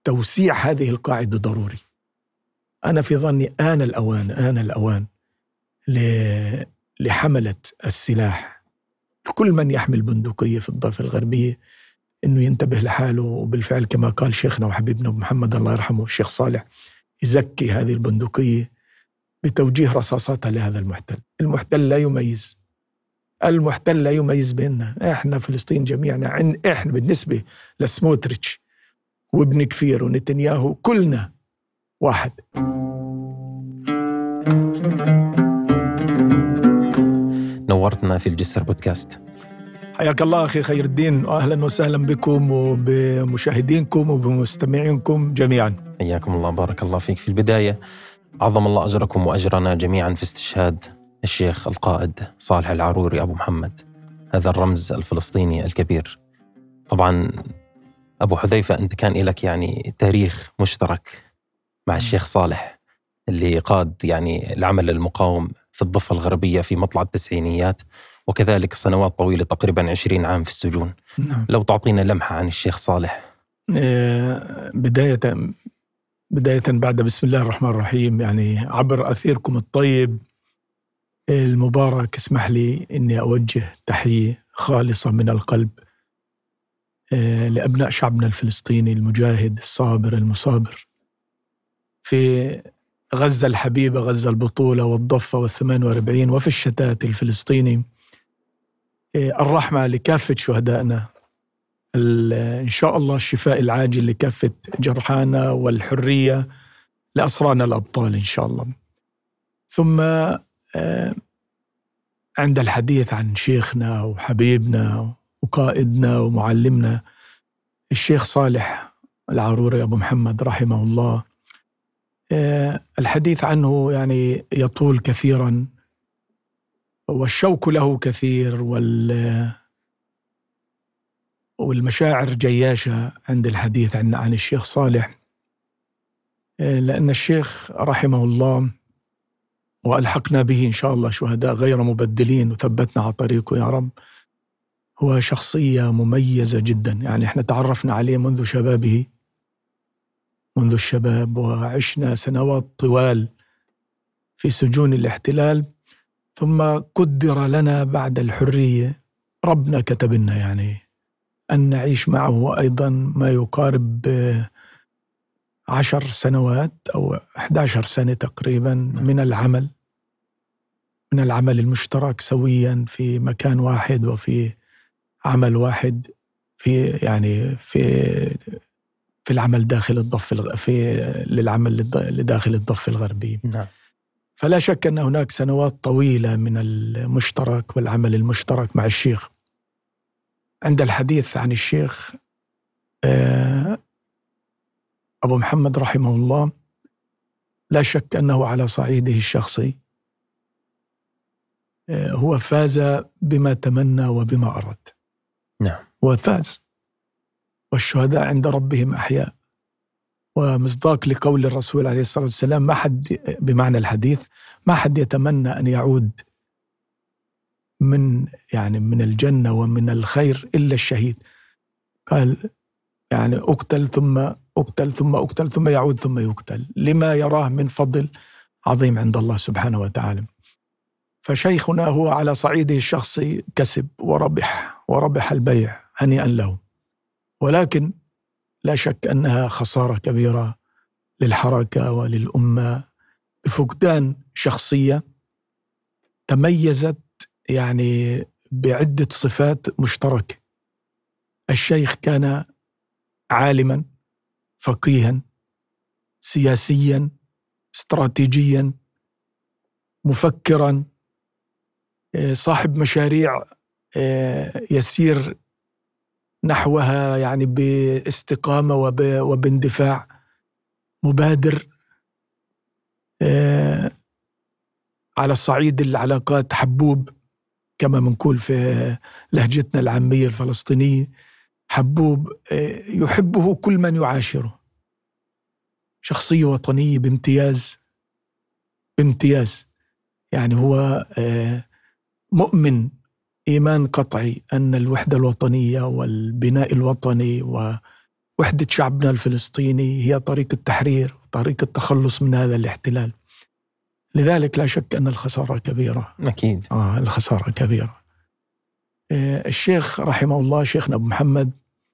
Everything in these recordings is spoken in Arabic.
توسيع هذه القاعدة ضروري. أنا في ظني آن الأوان لحملة السلاح، كل من يحمل بندقية في الضفة الغربية إنه ينتبه لحاله، وبالفعل كما قال شيخنا وحبيبنا محمد الله يرحمه الشيخ صالح، يزكي هذه البندقية بتوجيه رصاصاتها لهذا المحتل. المحتل لا يميز بيننا، إحنا فلسطين جميعنا، إحنا بالنسبة لسموتريتش وابن كفير ونتنياهو كلنا واحد. نورتنا في الجسر بودكاست. حياك الله أخي خير الدين، وأهلا وسهلا بكم وبمشاهدينكم وبمستمعينكم جميعا. حياكم الله، بارك الله فيك. في البداية عظم الله أجركم وأجرنا جميعا في استشهاد الشيخ القائد صالح العروري أبو محمد، هذا الرمز الفلسطيني الكبير. طبعا أبو حذيفة، أنت كان لك يعني تاريخ مشترك مع الشيخ صالح اللي قاد يعني العمل المقاوم في الضفة الغربية في مطلع التسعينيات، وكذلك سنوات طويلة تقريبا 20 عام في السجون. لو تعطينا لمحة عن الشيخ صالح. بداية بعد بسم الله الرحمن الرحيم، يعني عبر أثيركم الطيب المبارك اسمح لي أني أوجه تحية خالصة من القلب لأبناء شعبنا الفلسطيني المجاهد الصابر المصابر في غزة الحبيبة، غزة البطولة والضفة وال48 وفي الشتات الفلسطيني. الرحمة لكافة شهدائنا، إن شاء الله الشفاء العاجل لكافة جرحانا، والحرية لأسرانا الأبطال إن شاء الله. ثم عند الحديث عن شيخنا وحبيبنا وقائدنا ومعلمنا الشيخ صالح العروري أبو محمد رحمه الله، الحديث عنه يعني يطول كثيرا، والشوق له كثير، والمشاعر جياشة عند الحديث عن الشيخ صالح، لأن الشيخ رحمه الله وألحقنا به إن شاء الله شهداء غير مبدلين وثبتنا على طريقه يا رب، هو شخصية مميزة جدا. يعني احنا تعرفنا عليه منذ شبابه، منذ الشباب، وعشنا سنوات طوال في سجون الاحتلال، ثم قدر لنا بعد الحرية، ربنا كتب لنا يعني أن نعيش معه أيضا ما يقارب 10 سنوات أو 11 سنة تقريبا من العمل المشترك سويا في مكان واحد وفي عمل واحد، في العمل داخل الضفة للعمل لداخل الضفة الغربي. نعم. فلا شك أن هناك سنوات طويلة من المشترك والعمل المشترك مع الشيخ. عند الحديث عن الشيخ أبو محمد رحمه الله، لا شك أنه على صعيده الشخصي هو فاز بما تمنى وبما أراد. نعم. وفاز، والشهداء عند ربهم أحياء، ومصداق لقول الرسول عليه الصلاة والسلام، ما حد بمعنى الحديث ما حد يتمنى أن يعود من الجنة ومن الخير إلا الشهيد. قال يعني أقتل ثم يعود ثم يقتل، لما يراه من فضل عظيم عند الله سبحانه وتعالى. فشيخنا هو على صعيده الشخصي كسب وربح البيع هنيئا له، ولكن لا شك أنها خسارة كبيرة للحركة وللأمة بفقدان شخصية تميزت يعني بعدة صفات مشتركة. الشيخ كان عالما، فقيها، سياسيا، استراتيجيا، مفكرا، صاحب مشاريع يسير نحوها يعني باستقامة وباندفاع، مبادر. على صعيد العلاقات حبوب، كما منقول في لهجتنا العامية الفلسطينية، حبوب يحبه كل من يعاشره. شخصية وطنية بامتياز، يعني هو مؤمن إيمان قطعي أن الوحدة الوطنية والبناء الوطني وحدة شعبنا الفلسطيني هي طريق التحرير، طريق التخلص من هذا الاحتلال. لذلك لا شك أن الخسارة كبيرة. أكيد. الخسارة كبيرة. الشيخ رحمه الله، شيخنا أبو محمد،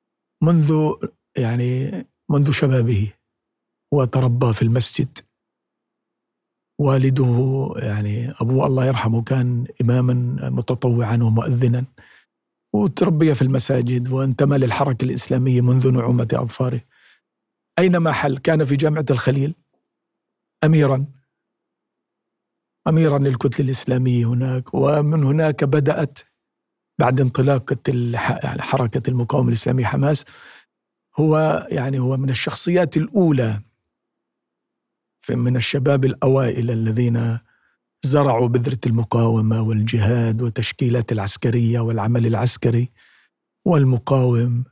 منذ شبابه وتربى في المسجد. والده أبوه الله يرحمه كان إماما متطوعا ومؤذنا، وتربي في المساجد، وانتمى للحركة الإسلامية منذ نعومة أظفاره. أينما حل كان في جامعة الخليل أميرا للكتلة الإسلامية هناك، ومن هناك بدأت بعد انطلاقة حركة المقاومة الإسلامية حماس. هو من الشخصيات الأولى، من الشباب الأوائل الذين زرعوا بذرة المقاومة والجهاد والتشكيلات العسكرية والعمل العسكري والمقاوم.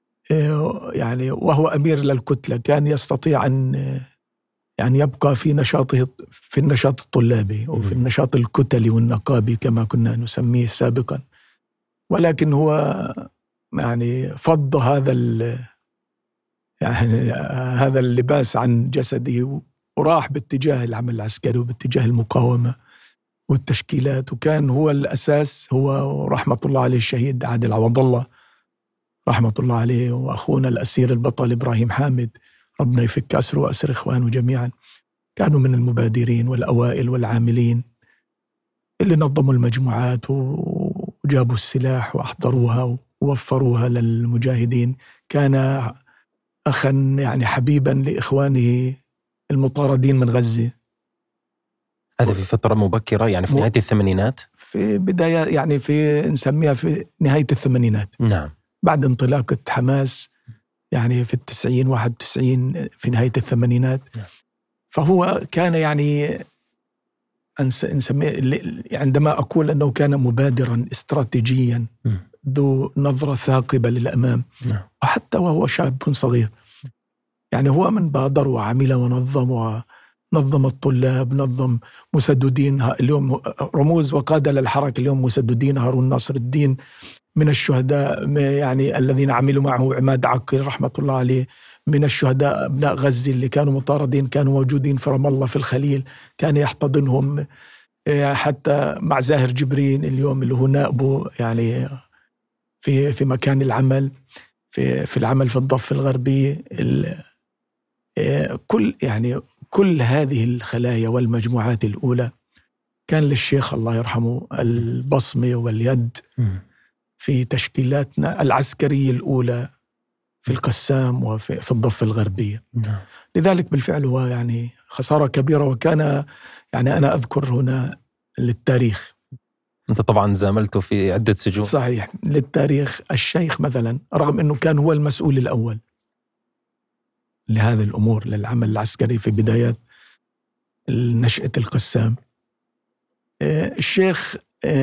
وهو أمير للكتلة، كان يستطيع أن يبقى في نشاطه، في النشاط الطلابي وفي النشاط الكتلي والنقابي كما كنا نسميه سابقا، ولكن هو فض هذا اللباس عن جسده، وراح باتجاه العمل العسكري وباتجاه المقاومة والتشكيلات. وكان هو الأساس، هو رحمة الله عليه الشهيد عادل عوض الله رحمة الله عليه، وأخونا الأسير البطل إبراهيم حامد، ربنا يفك أسره وأسر إخوانه جميعا، كانوا من المبادرين والأوائل والعاملين اللي نظموا المجموعات وجابوا السلاح وأحضروها ووفروها للمجاهدين. كان أخا حبيبا لإخوانه المطاردين من غزة. هذا في فترة مبكرة، في نهاية الثمانينات، في بداية في نسميها في نهاية الثمانينات. نعم. بعد انطلاقة حماس في 90 91 في نهاية الثمانينات. نعم. فهو كان نسميه، عندما أقول أنه كان مبادرا استراتيجيا ذو نظرة ثاقبة للأمام. نعم. وحتى وهو شاب صغير هو من بادر وعمل ونظم الطلاب، نظم مسددين اليوم رموز وقادة للحركة اليوم، مسددين هارون ناصر الدين من الشهداء الذين عملوا معه، عماد عقيل رحمة الله عليه من الشهداء أبناء غزة اللي كانوا مطاردين، كانوا موجودين في رام الله في الخليل، كان يحتضنهم. حتى مع زاهر جبرين اليوم اللي هو نائبه في مكان العمل في العمل في الضفة الغربية. كل هذه الخلايا والمجموعات الأولى كان للشيخ الله يرحمه البصمة واليد في تشكيلاتنا العسكرية الأولى في القسام وفي الضفة الغربية. لذلك بالفعل هو خسارة كبيرة. وكان أنا أذكر هنا للتاريخ، أنت طبعا زاملته في عدة سجون. صحيح. للتاريخ الشيخ مثلا، رغم أنه كان هو المسؤول الأول لهذه الأمور، للعمل العسكري في بدايات نشأة القسام، الشيخ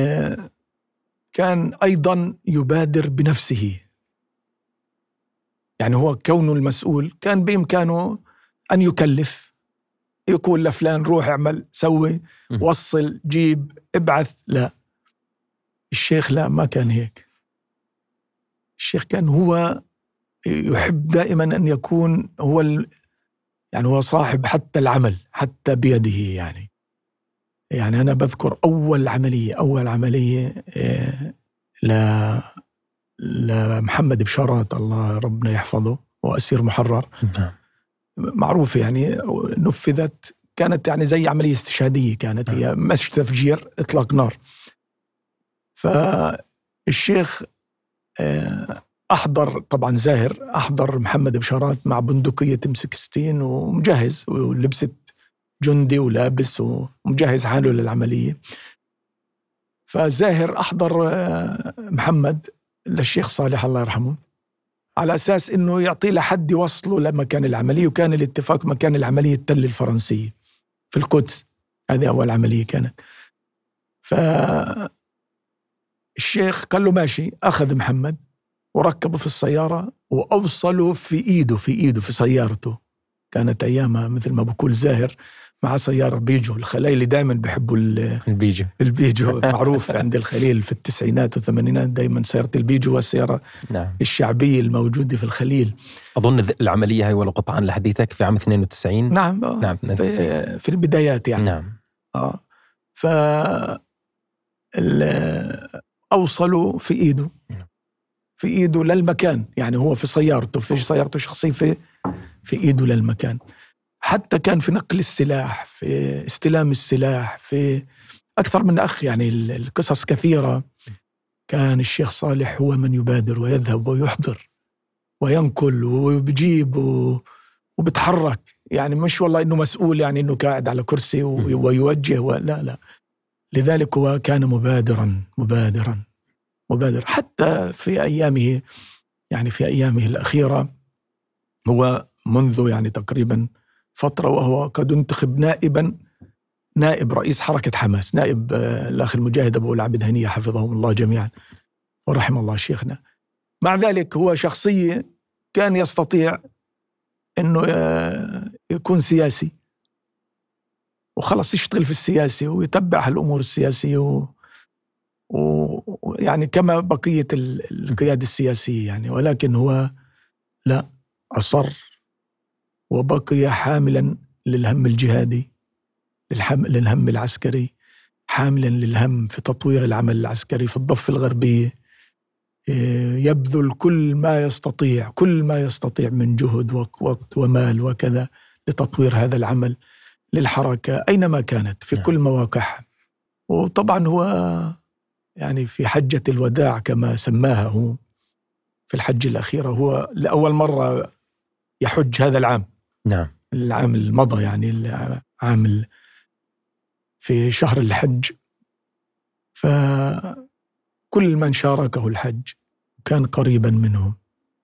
كان أيضا يبادر بنفسه. هو كونه المسؤول كان بإمكانه أن يكلف، يقول لفلان روح اعمل سوي وصل جيب ابعث. لا، الشيخ لا، ما كان هيك. الشيخ كان هو يحب دائما أن يكون هو هو صاحب حتى العمل، حتى بيده. أنا بذكر أول عملية لمحمد بشارات، الله ربنا يحفظه، وأسير محرر معروف، نفذت، كانت زي عملية استشهادية، كانت هي مش تفجير، إطلاق نار. فالشيخ أحضر، طبعا زاهر أحضر محمد بشارات مع بندقية M16 ومجهز، ولبسة جندي ولابس ومجهز حاله للعملية. فزاهر أحضر محمد للشيخ صالح الله يرحمه على أساس أنه يعطي لحد يوصله لمكان العملية. وكان الاتفاق مكان العملية التل الفرنسية في القدس، هذه أول عملية كانت. فالشيخ قال له ماشي، أخذ محمد وركبه في السيارة وأوصله في إيده في سيارته، كانت أيامها مثل ما بقول زاهر مع سيارة بيجو. الخلايلي دائما بيحبوا البيجو معروف عند الخليل في التسعينات والثمانينات، دائما سيارة البيجو والسيارة نعم. الشعبية الموجودة في الخليل. أظن العملية هي ولو قطعا لحديثك في عام 92. نعم. نعم. في البدايات يعني. نعم. أوصلوا في إيده للمكان، يعني هو في سيارته، في سيارته شخصية في إيده للمكان. حتى كان في نقل السلاح، في استلام السلاح، في أكثر من أخ، يعني القصص كثيرة. كان الشيخ صالح هو من يبادر ويذهب ويحضر وينقل وبيجيب وبتحرك، يعني مش والله إنه مسؤول، يعني إنه قاعد على كرسي ويوجه لا. لذلك هو كان مبادر حتى في أيامه، يعني في أيامه الأخيرة. هو منذ يعني تقريبا فترة وهو قد انتخب نائب رئيس حركة حماس، نائب الأخ المجاهد أبو العبد هنية حفظهم الله جميعا ورحم الله شيخنا. مع ذلك هو شخصية كان يستطيع أنه يكون سياسي وخلص يشتغل في السياسي ويتبع الأمور السياسية ويعني كما بقية القيادة السياسية يعني. ولكن هو لا، أصر وبقي حاملا للهم الجهادي، للهم العسكري، حاملا للهم في تطوير العمل العسكري في الضفة الغربية. يبذل كل ما يستطيع من جهد ووقت ومال وكذا لتطوير هذا العمل للحركة أينما كانت في كل مواقعها. وطبعا هو يعني في حجة الوداع كما سماها هو في الحج الأخيرة، هو لأول مرة يحج هذا العام. نعم. العام المضى يعني العام في شهر الحج. فكل من شاركه الحج كان قريبا منه.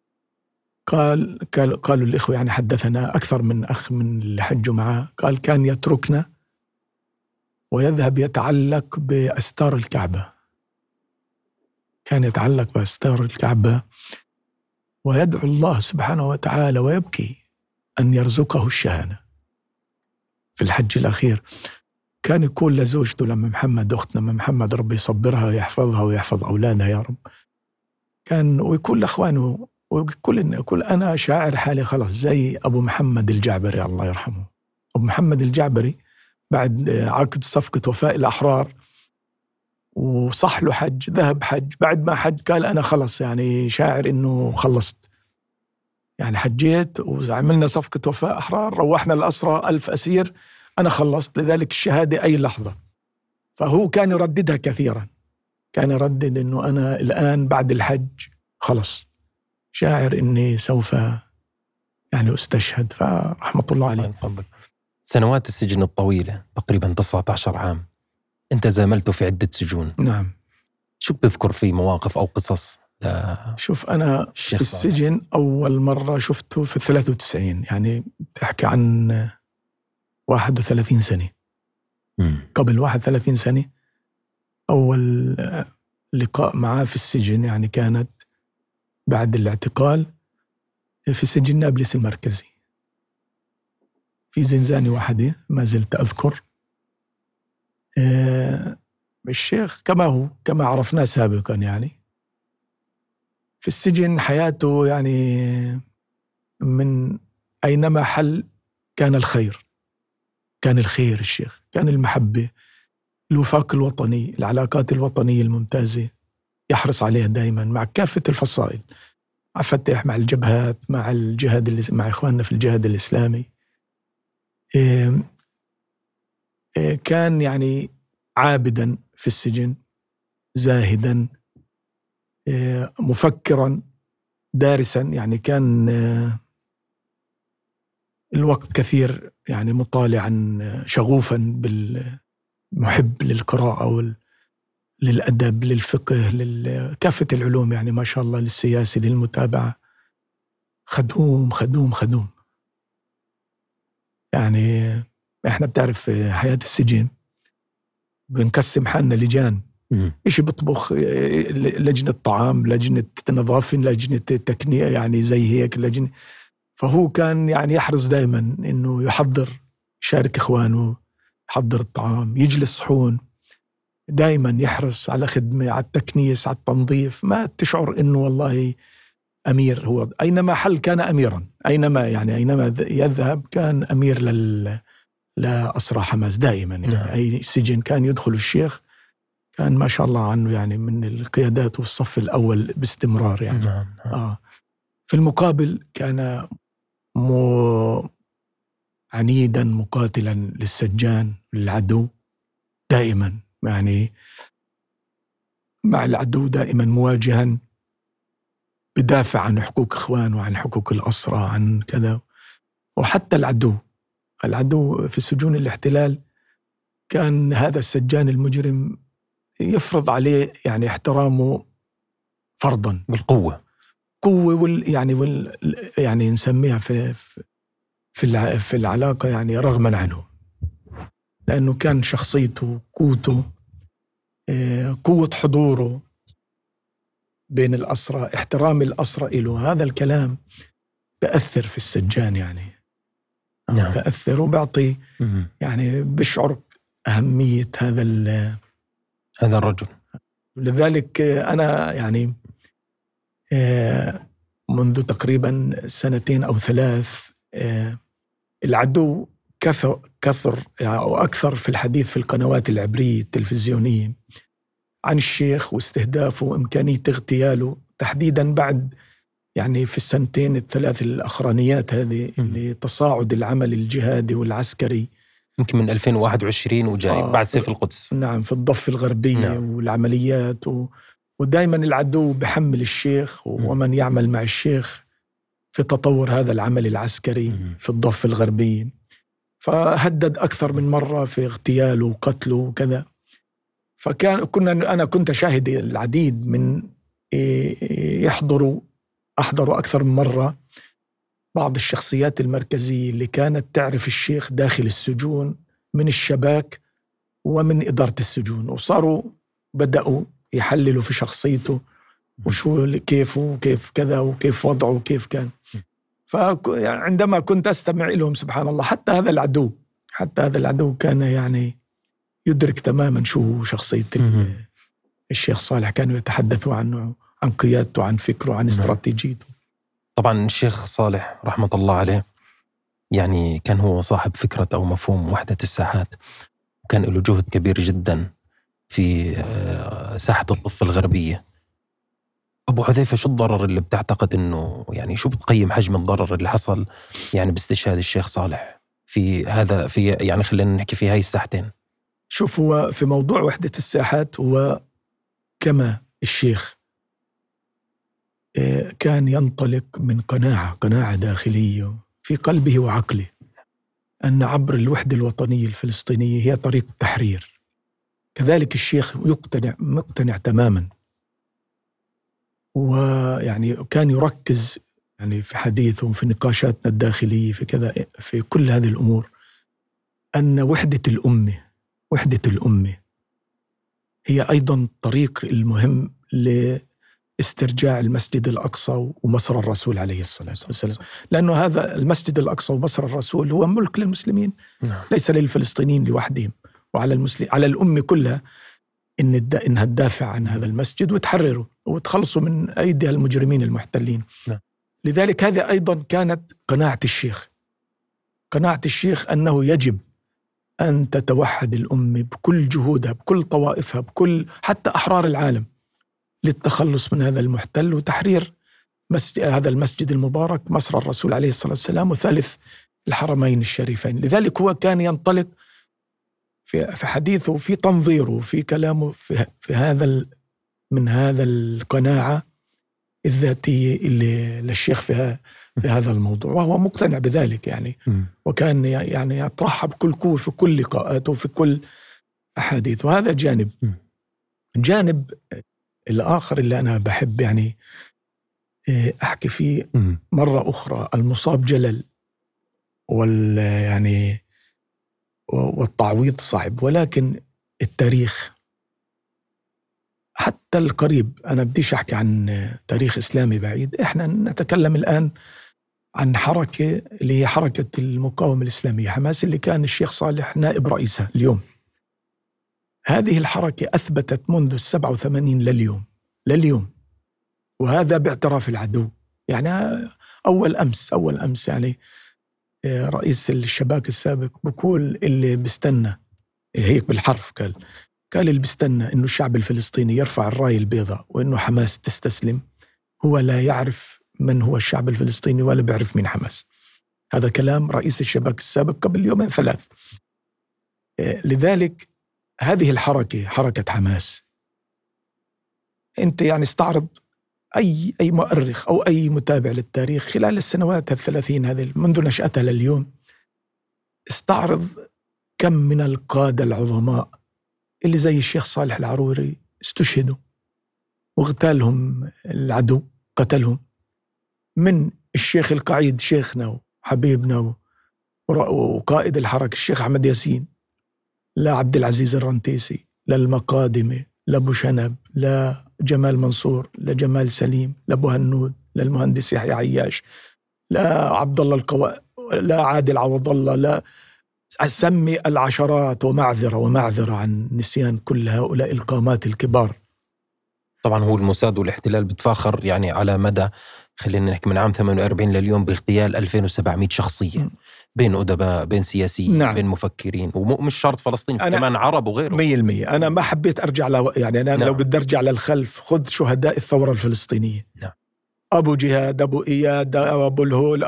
قالوا الإخوة، يعني حدثنا أكثر من أخ من اللي حجوا معه، قال كان يتركنا ويذهب يتعلق بأستار الكعبة، كان يتعلق بأستار الكعبة ويدعو الله سبحانه وتعالى ويبكي أن يرزقه الشهادة في الحج الأخير. كان يقول لزوجته لما محمد، أختنا لما محمد ربي يصبرها ويحفظها ويحفظ أولادها يا رب، كان ويقول لأخوانه ويقول أنا شاعر حالي خلاص زي أبو محمد الجعبري الله يرحمه. أبو محمد الجعبري بعد عقد صفقة وفاء الأحرار وصح له حج، ذهب حج، بعد ما حج قال أنا خلص يعني شاعر إنه خلصت، يعني حجيت وعملنا صفقة وفاء أحرار، روحنا الأسرى 1000 أسير، أنا خلصت، لذلك الشهادة أي لحظة. فهو كان يرددها كثيرا، كان يردد إنه أنا الآن بعد الحج خلص شاعر إني سوف يعني أستشهد، فرحمة الله عليه. سنوات السجن الطويلة تقريبا 19 عام، أنت زاملته في عدة سجون. نعم. شو بتذكر في مواقف أو قصص؟ شوف أنا في السجن أول مرة شفته في 93، يعني تحكي عن 31 سنة. قبل 31 سنة أول لقاء معاه في السجن، يعني كانت بعد الاعتقال في سجن نابلس المركزي في زنزانة واحدة ما زلت أذكر. الشيخ كما عرفناه سابقا، يعني في السجن حياته يعني من أينما حل كان الخير، كان الخير الشيخ، كان المحبة، الوفاق الوطني، العلاقات الوطنية الممتازة يحرص عليها دائما مع كافة الفصائل، مع فتح، مع الجبهات، مع الجهاد، مع إخواننا في الجهاد الإسلامي. كان يعني عابدا في السجن، زاهدا، مفكرا، دارسا، يعني كان الوقت كثير يعني مطالعا، شغوفا بالمحب للقراءة للأدب، للفقه، لكافة العلوم، يعني ما شاء الله، للسياسة، للمتابعة. خدوم يعني احنا بتعرف في حياة السجن بنقسم حالنا لجان، إشي بطبخ، لجنة طعام، لجنة نظافة، لجنة تكنية، يعني زي هيك لجنة. فهو كان يعني يحرص دائما إنه يشارك إخوانه، يحضر الطعام، يجلس صحون، دائما يحرص على خدمة، على التكنيس، على التنظيف. ما تشعر إنه والله أمير، هو أينما حل كان أميرا، أينما يذهب كان أمير لأسرى حماس دائما يعني. أي سجن كان يدخل الشيخ كان ما شاء الله عنه يعني من القيادات والصف الأول باستمرار يعني. في المقابل كان عنيدا مقاتلا للسجان، للعدو دائما، يعني مع العدو دائما مواجها، بدافع عن حقوق إخوانه وعن حقوق الأسرى، عن كذا. وحتى العدو في سجون الاحتلال كان هذا السجان المجرم يفرض عليه يعني احترامه فرضا بالقوة، قوة يعني نسميها في العلاقة يعني رغما عنه، لأنه كان شخصيته، قوته، قوة حضوره بين الأسرى، احترام الأسرى له. هذا الكلام بأثر في السجان يعني. بأثر وبعطي يعني بشعر أهمية هذا الرجل. لذلك أنا يعني منذ تقريبا 2 أو 3 العدو كثر يعني أو أكثر في الحديث في القنوات العبرية التلفزيونية عن الشيخ واستهدافه وإمكانية اغتياله، تحديدا بعد يعني في 2-3 الأخرانيات هذه لتصاعد العمل الجهادي والعسكري، يمكن من 2021 وجاي بعد سيف القدس. نعم، في الضفة الغربية والعمليات ودائما العدو بحمل الشيخ ومن يعمل مع الشيخ في تطور هذا العمل العسكري في الضفة الغربية. فهدد أكثر من مرة في اغتياله وقتله وكذا. أنا كنت شاهد العديد من أحضروا أكثر من مرة بعض الشخصيات المركزية اللي كانت تعرف الشيخ داخل السجون من الشباك ومن إدارة السجون، وصاروا بدأوا يحللوا في شخصيته وشو كيفه وكيف كذا وكيف وضعه وكيف كان. فعندما كنت أستمع لهم سبحان الله، حتى هذا العدو كان يعني يدرك تماما شو شخصية الشيخ صالح. كانوا يتحدثوا عنه، عن قيادته، عن فكره، عن استراتيجيته. طبعا الشيخ صالح رحمة الله عليه يعني كان هو صاحب فكرة أو مفهوم وحدة الساحات، وكان له جهد كبير جدا في ساحة الضفة الغربية. أبو حذيفة، شو الضرر اللي بتعتقد أنه يعني شو بتقيم حجم الضرر اللي حصل يعني باستشهاد الشيخ صالح في هذا، في يعني خلينا نحكي في هاي الساحتين؟ شوف، هو في موضوع وحدة الساحات هو كما الشيخ كان ينطلق من قناعة داخلية في قلبه وعقله أن عبر الوحدة الوطنية الفلسطينية هي طريق التحرير. كذلك الشيخ مقتنع تماما، ويعني كان يركز يعني في حديثه وفي نقاشاتنا الداخلية في كذا، في كل هذه الأمور، أن وحدة الأمة هي أيضا الطريق المهم لاسترجاع المسجد الأقصى ومصر الرسول عليه الصلاة والسلام. لأنه هذا المسجد الأقصى ومصر الرسول هو ملك للمسلمين، ليس للفلسطينيين لوحدهم، وعلى على الأمة كلها إنها تدافع عن هذا المسجد وتحرره وتخلصوا من أيدي المجرمين المحتلين. لذلك هذه أيضا كانت قناعة الشيخ أنه يجب أن تتوحد الأمة بكل جهودها، بكل طوائفها، بكل حتى أحرار العالم، للتخلص من هذا المحتل وتحرير هذا المسجد المبارك، مصر الرسول عليه الصلاة والسلام، وثالث الحرمين الشريفين. لذلك هو كان ينطلق في حديثه، في تنظيره، في كلامه في من هذا القناعة الذاتية اللي للشيخ في هذا الموضوع، وهو مقتنع بذلك يعني. وكان يعني يطرحها بكل قوة في كل لقاءاته وفي كل أحاديث. وهذا جانب الآخر اللي أنا بحب يعني أحكي فيه مرة أخرى، المصاب جلل يعني والتعويض صعب، ولكن التاريخ حتى القريب، أنا بديش أحكي عن تاريخ إسلامي بعيد، إحنا نتكلم الآن عن حركة اللي هي حركة المقاومة الإسلامية حماس، اللي كان الشيخ صالح نائب رئيسها اليوم. هذه الحركة أثبتت منذ 87 لليوم، وهذا باعتراف العدو. يعني أول أمس يعني رئيس الشباك السابق بقول اللي بيستنى، هيك بالحرف قال اللي بيستنى إنه الشعب الفلسطيني يرفع الراية البيضاء وإنه حماس تستسلم هو لا يعرف من هو الشعب الفلسطيني ولا بيعرف مين حماس. هذا كلام رئيس الشباك السابق قبل 2-3 يوم. لذلك هذه الحركة، حركة حماس، أنت يعني استعرض أي مؤرخ أو أي متابع للتاريخ خلال السنوات 30 هذه منذ نشأتها لليوم، استعرض كم من القادة العظماء اللي زي الشيخ صالح العروري استشهدوا واغتالهم العدو، قتلهم، من الشيخ القعيد شيخنا وحبيبنا وقائد الحركة الشيخ أحمد ياسين، لا عبد العزيز الرنتيسي، لا المقادمة، لا أبو شنب، لا جمال منصور، لا جمال سليم، لا أبو هنود، لا المهندس يحيى عياش، لا عبد الله لا عادل عوض الله، لا أسمي العشرات، ومعذرة عن نسيان كل هؤلاء القامات الكبار. طبعا هو الموساد والاحتلال بتفاخر يعني على مدى، خلينا نحكي من عام 48 لليوم، باغتيال 2700 شخصية، بين أدباء، بين سياسيين، نعم، بين مفكرين، ومش شرط فلسطين، كمان عرب وغيره. 100%. أنا ما حبيت أرجع يعني أنا، نعم، لو بدي أرجع للخلف خذ شهداء الثورة الفلسطينية، نعم، أبو جهاد، أبو إياد، أبو الهول،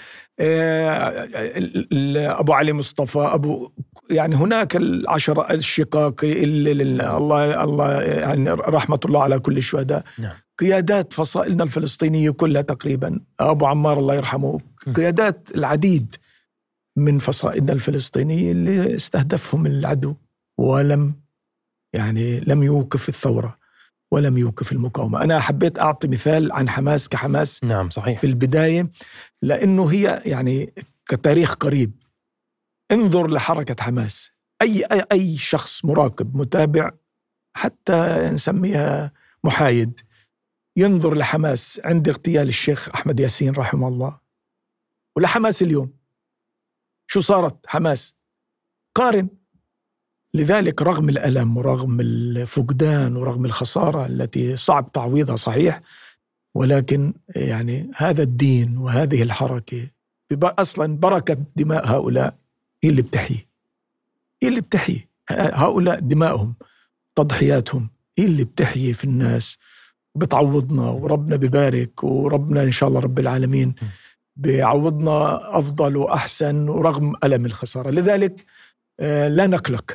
أبو علي مصطفى، يعني هناك العشرة الشقاقي الله يعني رحمة الله على كل الشهداء، نعم. قيادات فصائلنا الفلسطينية كلها تقريبا، أبو عمار الله يرحمه، قيادات العديد من فصائلنا الفلسطينية اللي استهدفهم العدو ولم يوقف الثورة ولم يوقف المقاومة. أنا حبيت أعطي مثال عن حماس كحماس، نعم صحيح، في البداية، لأنه هي يعني كتاريخ قريب. انظر لحركة حماس، أي شخص مراقب متابع حتى نسميها محايد ينظر لحماس عند اغتيال الشيخ أحمد ياسين رحمه الله ولحماس اليوم، شو صارت حماس؟ قارن. لذلك رغم الألم ورغم الفقدان ورغم الخسارة التي صعب تعويضها صحيح، ولكن يعني هذا الدين وهذه الحركة أصلا بركة دماء هؤلاء هي اللي بتحيي هؤلاء، دمائهم تضحياتهم هي اللي بتحيي في الناس وبتعوضنا، وربنا ببارك، وربنا إن شاء الله رب العالمين بيعوضنا أفضل وأحسن ورغم ألم الخسارة. لذلك لا نقلق،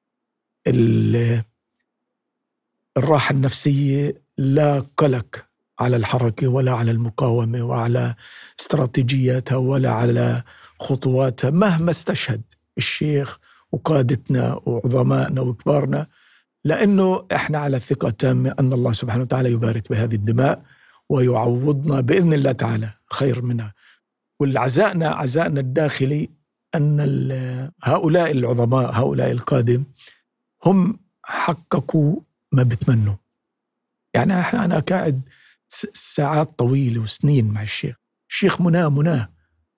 الراحة النفسية لا قلق على الحركة ولا على المقاومة وعلى استراتيجياتها ولا على خطواتها، مهما استشهد الشيخ وقادتنا وعظمائنا وكبارنا، لأنه إحنا على ثقة تامة أن الله سبحانه وتعالى يبارك بهذه الدماء ويعوضنا بإذن الله تعالى خير منها. والعزائنا الداخلي أن هؤلاء العظماء، هؤلاء القادم، هم حققوا ما بتمنوا. يعني أنا قاعد ساعات طويلة وسنين مع الشيخ مناه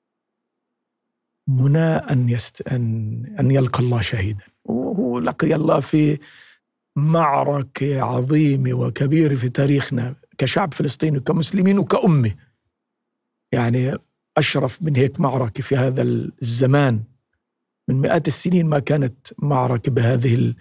أن يلقى الله شهيدا، وهو لقي الله في معركة عظيمة وكبيرة في تاريخنا كشعب فلسطيني وكمسلمين وكأمة. يعني أشرف من هيك معركة في هذا الزمان من مئات السنين ما كانت معركة بهذه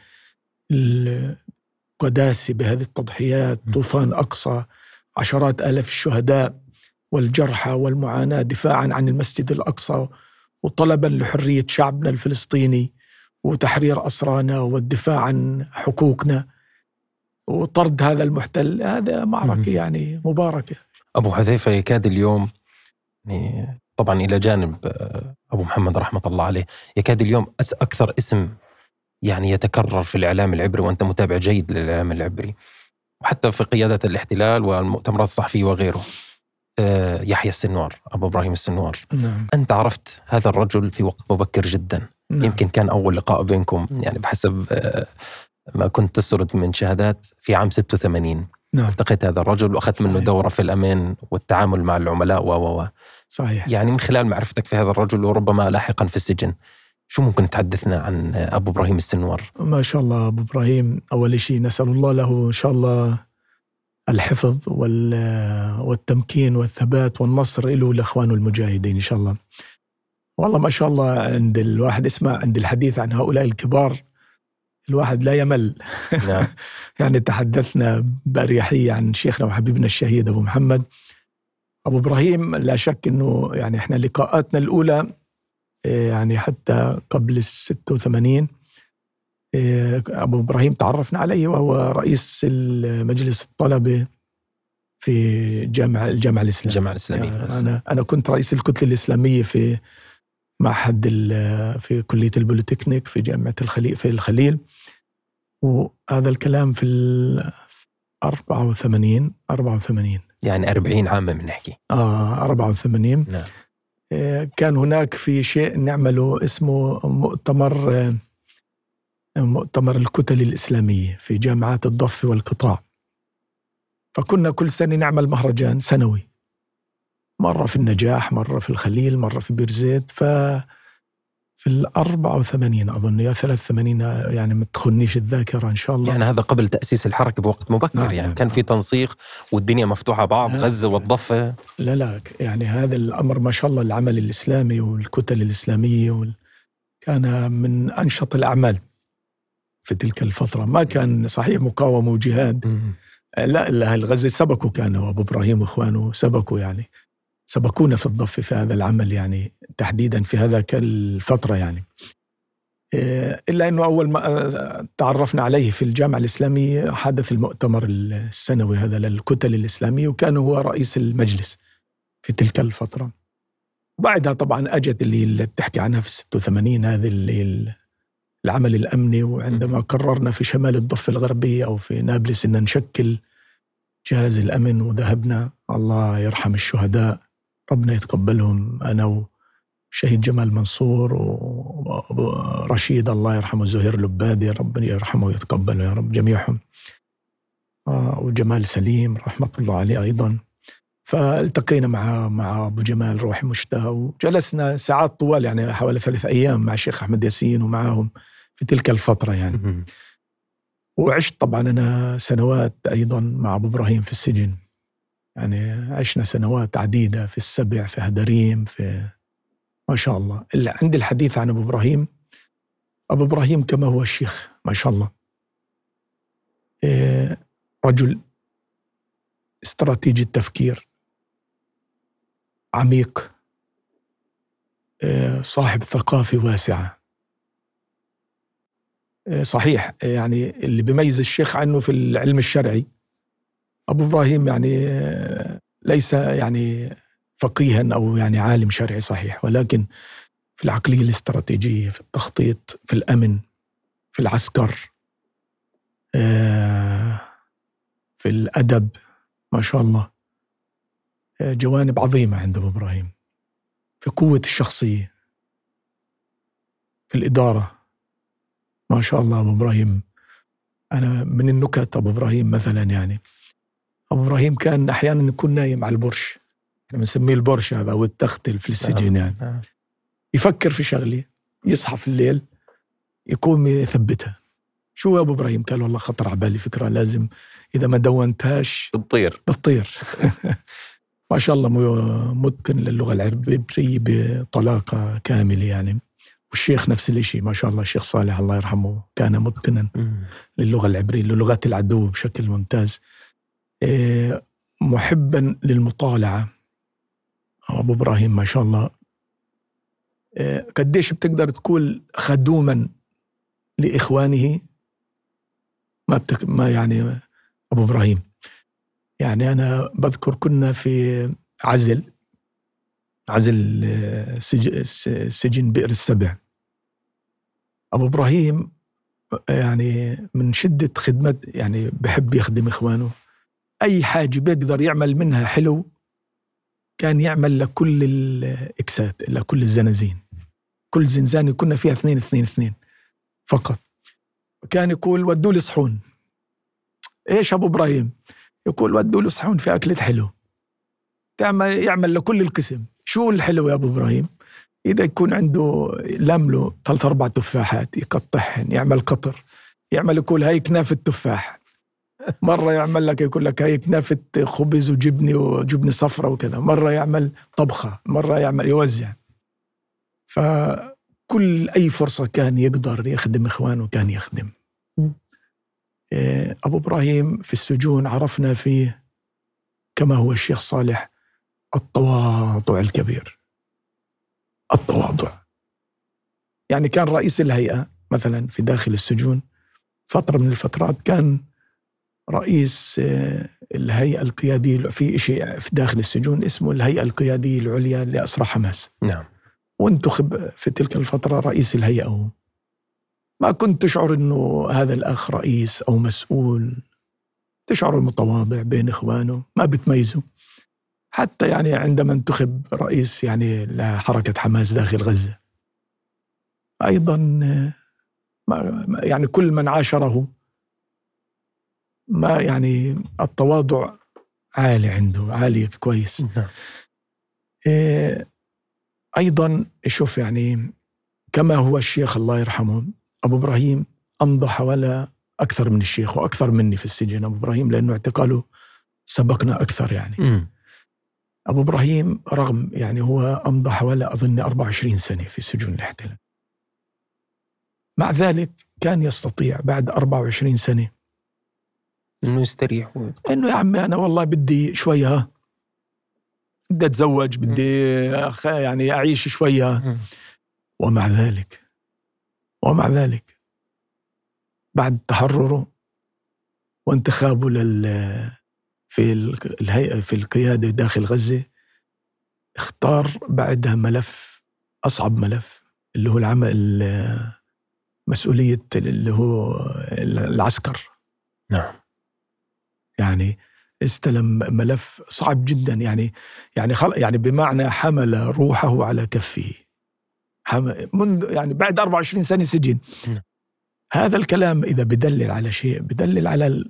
القداسة، بهذه التضحيات، طوفان أقصى، عشرات آلاف الشهداء والجرحى والمعاناة دفاعا عن المسجد الأقصى وطلبا لحرية شعبنا الفلسطيني وتحرير أسرانا والدفاع عن حقوقنا وطرد هذا المحتل. هذا معركة يعني مباركة. أبو حذيفة، يكاد اليوم يعني طبعا إلى جانب أبو محمد رحمة الله عليه، يكاد اليوم أكثر اسم يعني يتكرر في الإعلام العبري، وأنت متابع جيد للإعلام العبري وحتى في قيادة الاحتلال والمؤتمرات الصحفية وغيره، يحيى السنوار، أبو إبراهيم السنوار. نعم. أنت عرفت هذا الرجل في وقت مبكر جدا. نعم. يمكن كان أول لقاء بينكم يعني بحسب ما كنت تسرد من شهادات في عام 86. نعم. التقيت هذا الرجل وأخذت منه دورة في الأمان والتعامل مع العملاء صحيح. يعني من خلال معرفتك في هذا الرجل وربما لاحقا في السجن، شو ممكن تحدثنا عن أبو إبراهيم السنوار؟ ما شاء الله أبو إبراهيم، أول شيء نسأل الله له إن شاء الله الحفظ والتمكين والثبات والنصر له لأخوانه المجاهدين إن شاء الله. والله ما شاء الله، عند الواحد اسمع، عند الحديث عن هؤلاء الكبار الواحد لا يمل. نعم. يعني تحدثنا بأريحية عن شيخنا وحبيبنا الشهيد أبو محمد. أبو إبراهيم لا شك أنه يعني إحنا لقاءاتنا الأولى يعني حتى قبل 86 أبو إبراهيم تعرفنا عليه وهو رئيس مجلس الطلبة في الجامعة الإسلامية. يعني أنا كنت رئيس الكتلة الإسلامية في معهد في كلية البوليتكنيك في جامعة في الخليل، وهذا الكلام في 84 يعني 40 عام بنحكي. 84. نعم. كان هناك في شيء نعمله اسمه مؤتمر الكتل الإسلامية في جامعات الضفة والقطاع، فكنا كل سنة نعمل مهرجان سنوي، مرة في النجاح، مرة في الخليل، مرة في بيرزيت. في 84 أظن يا 83 يعني ما تخنيش الذاكرة إن شاء الله. يعني هذا قبل تأسيس الحركة بوقت مبكر. نعم. يعني كان في تنسيق والدنيا مفتوحة بعض غزة والضفة. لا يعني هذا الأمر ما شاء الله، العمل الإسلامي والكتل الإسلامية كان من أنشط الأعمال في تلك الفترة. ما كان صحيح مقاومة وجهاد، لا الغزة سبقوا، كانوا أبو إبراهيم وإخوانه سبقوا، يعني سبقونا في الضفة في هذا العمل، يعني تحديدا في هذا الفترة يعني. إلا أنه أول ما تعرفنا عليه في الجامعة الإسلامية حدث المؤتمر السنوي هذا للكتل الإسلامية، وكان هو رئيس المجلس في تلك الفترة. بعدها طبعا أجت اللي بتحكي عنها في 86 هذه اللي العمل الأمني، وعندما قررنا في شمال الضفة الغربية أو في نابلس أن نشكل جهاز الأمن، وذهبنا، الله يرحم الشهداء ربنا يتقبلهم، أنا وشهيد جمال منصور ورشيد الله يرحمه، زهير لبادي ربنا يرحمه ويتقبله يا رب جميعهم، وجمال سليم رحمة الله عليه أيضا. فالتقينا مع أبو جمال روحي مشتهى، وجلسنا ساعات طوال، يعني حوالي 3 أيام مع الشيخ أحمد ياسين ومعهم في تلك الفترة يعني. وعشت طبعا أنا سنوات أيضا مع أبو إبراهيم في السجن، يعني عشنا سنوات عديدة في السبع، في هدريم، في ما شاء الله. عندي الحديث عن أبو إبراهيم كما هو الشيخ ما شاء الله، رجل استراتيجي التفكير، عميق، صاحب ثقافة واسعة. صحيح يعني اللي بيميز الشيخ عنه في العلم الشرعي، أبو إبراهيم يعني ليس يعني فقيها أو يعني عالم شرعي صحيح، ولكن في العقلية الاستراتيجية، في التخطيط، في الأمن، في العسكر، في الأدب، ما شاء الله جوانب عظيمة عند أبو إبراهيم، في قوة الشخصية، في الإدارة، ما شاء الله. أبو إبراهيم أنا من النكت أبو إبراهيم مثلا، يعني أبو إبراهيم كان أحيانا يكون نايم على البرش، احنا بنسميه البرش هذا أو التخت في السجن يعني. يفكر في شغلة، يصحى في الليل يقوم يثبتها. شو يا أبو إبراهيم؟ قال والله خطر على بالي فكرة، لازم إذا ما دونتهاش بتطير. ما شاء الله متقن للغة العربية بطلاقة كاملة يعني. والشيخ نفس الشيء ما شاء الله، الشيخ صالح الله يرحمه كان متقنا للغة العبرية، للغات العدو بشكل ممتاز. محبا للمطالعة أبو إبراهيم ما شاء الله. قديش بتقدر تقول خدوما لإخوانه، ما يعني أبو إبراهيم. يعني أنا بذكر كنا في عزل سجن بئر السبع. أبو إبراهيم يعني من شدة خدمة، يعني بحب يخدم إخوانه، أي حاجة بيقدر يعمل منها حلو كان يعمل لكل الإكسات، لكل الزنازين، كل زنزانة كنا فيها 2 فقط. كان يقول ودوا لي صحون. إيش أبو إبراهيم؟ يقول ودوا له صحون في أكلة حلو، يعمل لكل القسم. شو الحلو يا أبو إبراهيم؟ إذا يكون عنده لامله 3-4 تفاحات يقطعهن، يعمل قطر، يعمل يقول هاي كنافة تفاح، مرة يعمل لك يقول لك هاي كنافة خبز وجبنة صفرة وكذا، مرة يعمل طبخة، مرة يعمل يوزع. فكل أي فرصة كان يقدر يخدم إخوانه كان يخدم. أبو إبراهيم في السجون عرفنا فيه كما هو الشيخ صالح التواضع الكبير، التواضع. يعني كان رئيس الهيئة مثلا في داخل السجون فترة من الفترات، كان رئيس الهيئة القيادية في شيء في داخل السجون اسمه الهيئة القيادية العليا لأسرى حماس. نعم. وانتخب في تلك الفترة رئيس الهيئة. ما كنت تشعر أنه هذا الأخ رئيس أو مسؤول، تشعر المتواضع بين إخوانه، ما بتميزه. حتى يعني عندما انتخب رئيس يعني لحركة حماس داخل غزة أيضا يعني كل من عاشره ما يعني التواضع عالي عنده، عالي كويس. أيضا شوف يعني كما هو الشيخ الله يرحمه أبو إبراهيم أمضى حوالي أكثر من الشيخ وأكثر مني في السجن أبو إبراهيم، لأنه اعتقاله سبقنا أكثر يعني. أبو إبراهيم رغم يعني هو أمضى حوالي أظن 24 سنة في سجون الاحتلال، مع ذلك كان يستطيع بعد 24 سنة إنه يستريح إنه يا عمي أنا والله بدي شوية، بدي أتزوج، بدي يعني أعيش شوية. ومع ذلك بعد تحرره وانتخابه في الهيئة في القيادة داخل غزة، اختار بعدها ملف، أصعب ملف، اللي هو العمل مسؤولية اللي هو العسكر. نعم. يعني استلم ملف صعب جدا، يعني بمعنى حمل روحه على كفه منذ يعني بعد 24 سنة سجن. هذا الكلام إذا بدلل على شيء، بدلل على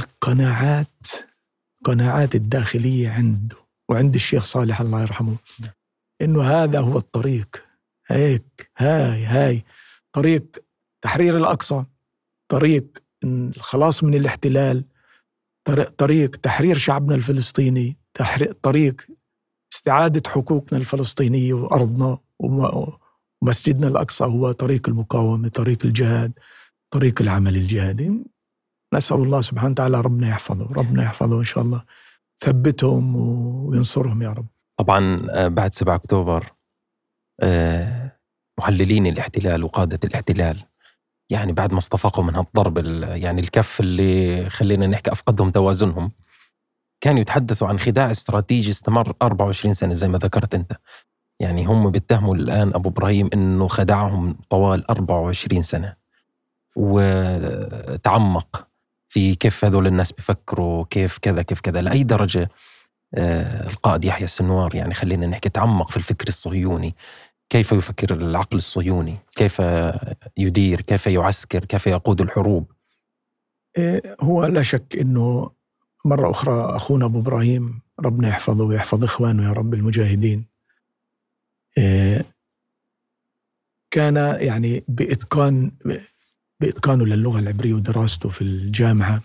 قناعات الداخلية عنده وعند الشيخ صالح الله يرحمه، إنه هذا هو الطريق. هاي طريق تحرير الأقصى، طريق الخلاص من الاحتلال، طريق تحرير شعبنا الفلسطيني، طريق استعادة حقوقنا الفلسطينية وأرضنا ومسجدنا الأقصى، هو طريق المقاومة، طريق الجهاد، طريق العمل الجهادي. نسأل الله سبحانه وتعالى ربنا يحفظه إن شاء الله، ثبتهم وينصرهم يا رب. طبعا بعد 7 أكتوبر محللين الاحتلال وقادة الاحتلال يعني بعد ما اصطفقوا من هالضرب يعني الكف اللي خلينا نحكي أفقدهم توازنهم، كانوا يتحدثوا عن خداع استراتيجي استمر 24 سنة زي ما ذكرت أنت. يعني هم بيتهموا الآن أبو إبراهيم أنه خدعهم طوال 24 سنة، وتعمق في كيف هذول الناس بيفكروا، كيف كذا لأي درجة. القائد يحيى السنوار يعني خلينا نحكي تعمق في الفكر الصهيوني، كيف يفكر العقل الصهيوني، كيف يدير، كيف يعسكر، كيف يقود الحروب. هو لا شك أنه مرة أخرى أخونا أبو إبراهيم ربنا يحفظه ويحفظ إخوانه يا رب المجاهدين، كان يعني بإتقانه للغة العبرية ودراسته في الجامعة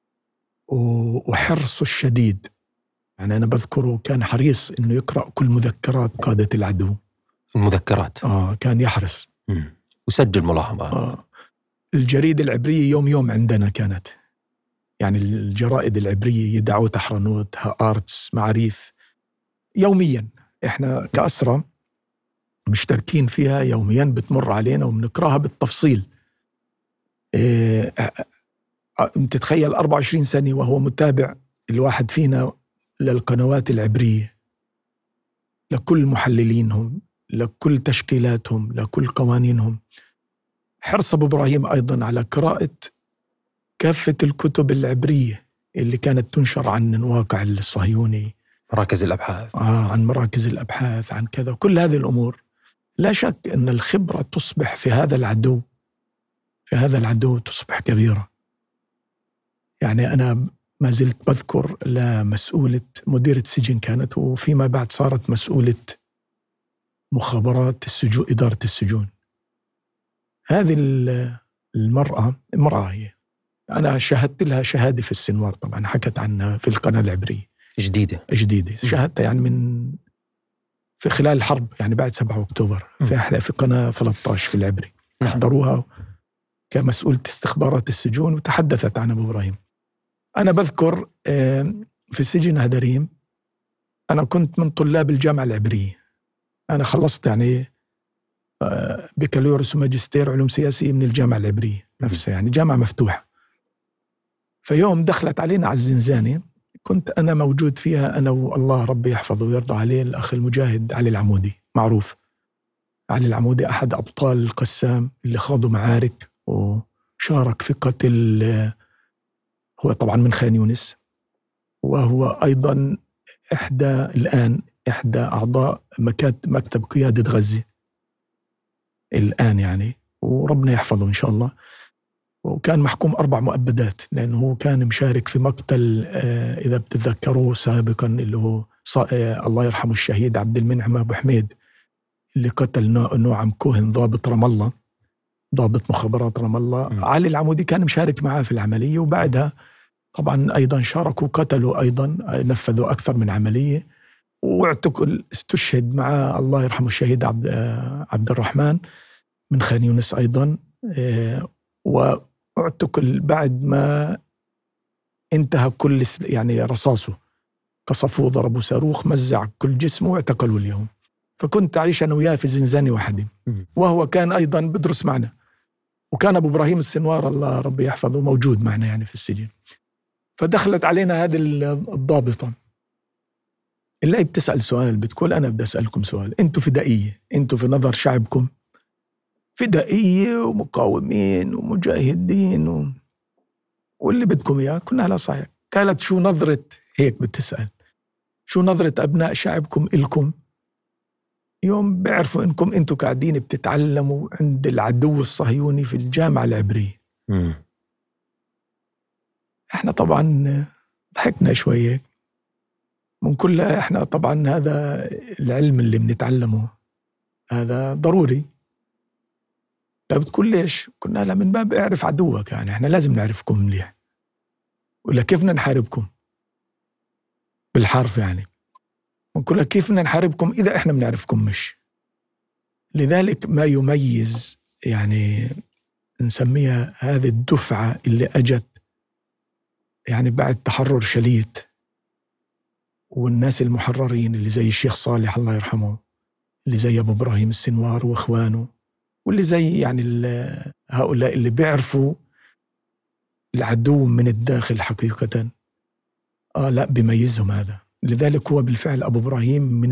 وحرصه الشديد. يعني أنا بذكره كان حريص إنه يقرأ كل مذكرات قادة العدو، المذكرات كان يحرص وسجل ملاحظات. الجريدة العبرية يوم عندنا كانت، يعني الجرائد العبرية يدعو تحرنوت، هآرتس، معاريف، يوميا إحنا كأسرة مشتركين فيها يوميا، بتمر علينا وبنقراها بالتفصيل. انت تتخيل 24 سنة وهو متابع الواحد فينا للقنوات العبرية، لكل محللينهم، لكل تشكيلاتهم، لكل قوانينهم. حرص أبو إبراهيم أيضا على قراءة كافة الكتب العبرية اللي كانت تنشر عن الواقع الصهيوني، مراكز الأبحاث، عن مراكز الأبحاث، عن كذا، كل هذه الأمور. لا شك أن الخبرة تصبح في هذا العدو تصبح كبيرة. يعني أنا ما زلت بذكر لمسؤولة مديرة سجن كانت، وفيما بعد صارت مسؤولة مخابرات السجون، إدارة السجون. هذه المرأة هي أنا شاهدت لها شهادة في السنوار، طبعا حكت عنها في القناة العبرية جديدة شاهدتها يعني في خلال الحرب، يعني بعد 7 أكتوبر في قناة 13 في العبري حضروها كمسؤولة استخبارات السجون، وتحدثت عن أبو إبراهيم. أنا بذكر في سجن هدريم أنا كنت من طلاب الجامعة العبرية، أنا خلصت يعني بكالوريوس وماجستير علوم سياسية من الجامعة العبرية نفسها، يعني جامعة مفتوحة. فيوم دخلت علينا على الزنزانة، كنت أنا موجود فيها أنا والله ربي يحفظه ويرضى عليه الأخ المجاهد علي العمودي، معروف علي العمودي أحد أبطال القسام اللي خاضوا معارك وشارك في قتل، هو طبعا من خان يونس، وهو أيضا إحدى أعضاء مكتب قيادة غزة الآن يعني، وربنا يحفظه إن شاء الله. وكان محكوم 4 مؤبدات لأنه كان مشارك في مقتل إذا بتتذكروا سابقا اللي هو الله يرحمه الشهيد عبد المنعم أبو حميد، اللي قتل نوعم كوهن ضابط رام الله، ضابط مخابرات رام الله. علي العمودي كان مشارك معاه في العملية، وبعدها طبعا أيضا شاركوا، قتلوا أيضا، نفذوا أكثر من عملية، واعتقل استشهد مع الله يرحمه الشهيد عبد الرحمن من خان يونس أيضا، واعتقل بعد ما انتهى كل يعني رصاصه، قصفوه ضربوا صاروخ مزع كل جسمه واعتقلوا اليوم. فكنت أعيش أنا وياه في زنزانة واحدة، وهو كان أيضا بدرس معنا، وكان أبو إبراهيم السنوار الله ربي يحفظه موجود معنا يعني في السجن. فدخلت علينا هذه الضابطة اللي بتسأل سؤال، بتقول أنا بدي أسألكم سؤال، أنتوا فدائية، أنتوا في نظر شعبكم فدائية ومقاومين ومجاهدين واللي بدكم إياه. كنا لا صحيح. قالت شو نظرة، هيك بتسأل، شو نظرة أبناء شعبكم إلكم يوم بيعرفوا إنكم أنتوا قاعدين بتتعلموا عند العدو الصهيوني في الجامعة العبرية؟ إحنا طبعا ضحكنا شوية من كلها. إحنا طبعا هذا العلم اللي بنتعلمه هذا ضروري. لا بتقول ليش؟ كنا لا من باب اعرف عدوك، يعني إحنا لازم نعرفكم مليح، ولا كيف بدنا نحاربكم بالحرف يعني، ونقول لك كيف بدنا نحاربكم إذا إحنا بنعرفكم مش. لذلك ما يميز يعني نسميها هذه الدفعة اللي أجت يعني بعد تحرر شليت، والناس المحررين اللي زي الشيخ صالح الله يرحمه، اللي زي أبو إبراهيم السنوار وإخوانه، واللي زي يعني هؤلاء اللي بيعرفوا العدو من الداخل حقيقة، لا بيميزهم هذا. لذلك هو بالفعل أبو إبراهيم من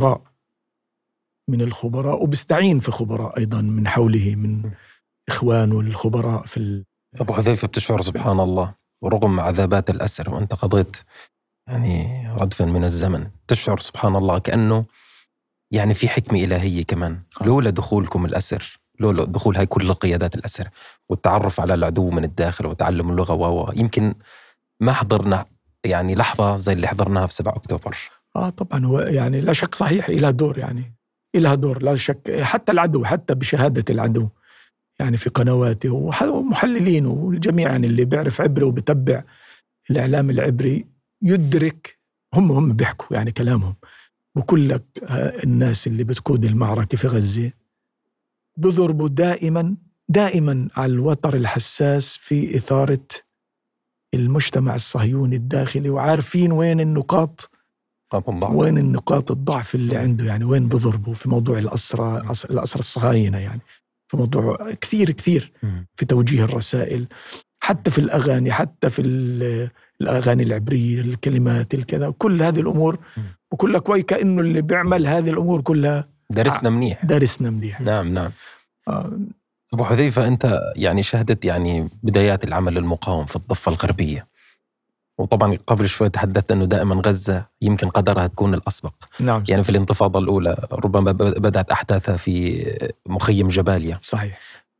الخبراء وبيستعين في خبراء أيضا من حوله من إخوانه الخبراء في أبو حذيفة بتشعر سبحان الله ورغم عذابات الأسر وأنت قضيت يعني ردفا من الزمن، تشعر سبحان الله كأنه يعني في حكمة إلهية كمان، لولا دخولكم الأسر، لولا دخول هاي كل القيادات الأسر والتعرف على العدو من الداخل وتعلم اللغة يمكن ما حضرنا يعني لحظة زي اللي حضرناها في 7 أكتوبر. طبعا هو يعني لا شك صحيح إلها دور، يعني إلها دور لا شك. حتى العدو، حتى بشهادة العدو يعني في قنواته ومحللين والجميع يعني اللي بيعرف عبري وبتبع الإعلام العبري يدرك، هم بيحكوا يعني كلامهم. وكل لك الناس اللي بتقود المعركة في غزة بضربوا دائما على الوتر الحساس في إثارة المجتمع الصهيوني الداخلي، وعارفين وين النقاط الضعف اللي عنده، يعني وين بضربوا في موضوع الأسرى الصهاينة، يعني في موضوع كثير في توجيه الرسائل، حتى في الأغاني، حتى في الأغاني العبرية، الكلمات الكذا، كل هذه الأمور. وكلها كوي كأنه اللي بيعمل هذه الأمور كلها درسنا منيح. نعم. أبو حذيفة، أنت يعني شهدت يعني بدايات العمل المقاوم في الضفة الغربية، وطبعا قبل شوي تحدثت أنه دائما غزة يمكن قدرها تكون الأسبق. نعم. يعني في الانتفاضة الأولى ربما بدأت أحداثها في مخيم جباليا. صحيح.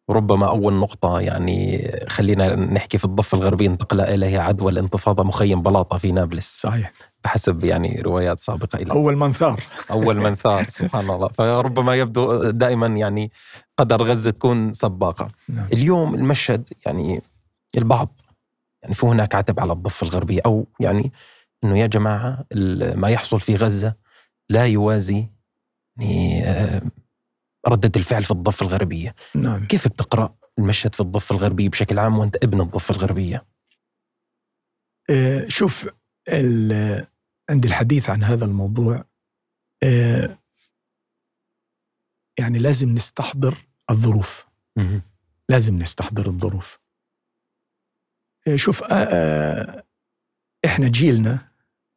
وربما أول نقطة يعني خلينا نحكي في الضفة الغربية انتقل إليها عدوى الانتفاضة مخيم بلاطة في نابلس. صحيح. بحسب يعني روايات سابقة إلى أول من ثار سبحان الله. فربما يبدو دائما يعني قدر غزة تكون سباقة. نعم. اليوم المشهد يعني البعض يعني في هناك عتب على الضفة الغربية، أو يعني إنه يا جماعة ما يحصل في غزة لا يوازي يعني ردة الفعل في الضفة الغربية. نعم. كيف بتقرأ المشهد في الضفة الغربية بشكل عام وأنت ابن الضفة الغربية؟ شوف، عند الحديث عن هذا الموضوع يعني لازم نستحضر الظروف. لازم نستحضر الظروف. شوف، إحنا جيلنا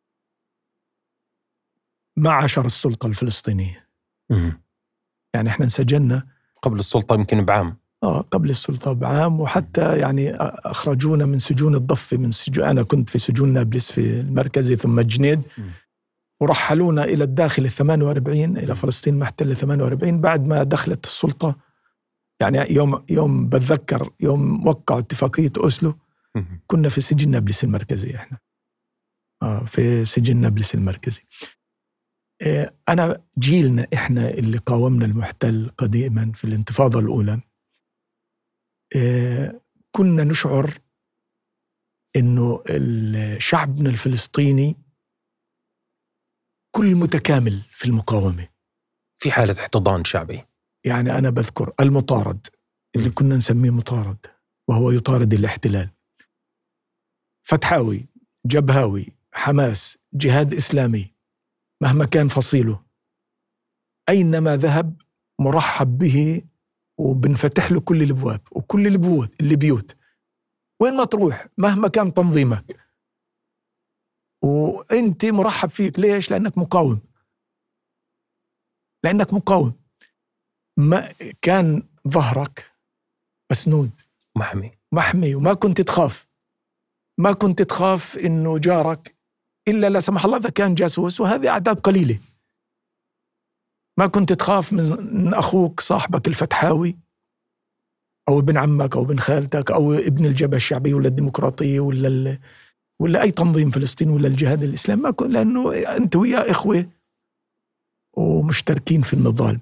ما عاشر السلطة الفلسطينية. يعني إحنا انسجننا قبل السلطة يمكن بعام. قبل السلطة بعام، وحتى يعني أخرجونا من سجون الضفة، من سجون، أنا كنت في سجون نابلس في المركزي ثم جنيد، ورحلونا إلى الداخل 48 إلى فلسطين محتلة 48 بعد ما دخلت السلطة. يعني يوم بتذكر يوم وقعوا اتفاقية أوسلو كنا في سجن نابلس المركزي. إحنا في سجن نابلس المركزي. أنا جيلنا إحنا اللي قاومنا المحتل قديما في الانتفاضة الأولى، كنا نشعر إنه شعبنا الفلسطيني كل متكامل في المقاومة، في حالة احتضان شعبي. يعني أنا بذكر المطارد اللي كنا نسميه مطارد وهو يطارد الاحتلال، فتحاوي، جبهاوي، حماس، جهاد إسلامي، مهما كان فصيله أينما ذهب مرحب به وبنفتح له كل الابواب وكل البيوت وين ما تروح مهما كان تنظيمك وانت مرحب فيك. ليش؟ لانك مقاوم. ما كان ظهرك مسنود محمي وما كنت تخاف انه جارك الا لا سمح الله اذا كان جاسوس، وهذه اعداد قليله. ما كنت تخاف من أخوك صاحبك الفتحاوي أو ابن عمك أو ابن خالتك أو ابن الجبهة الشعبية ولا الديمقراطية ولا أي تنظيم فلسطيني ولا الجهاد الإسلامي، ما كنت، لأنه أنت ويا إخوة ومشتركين في النضال.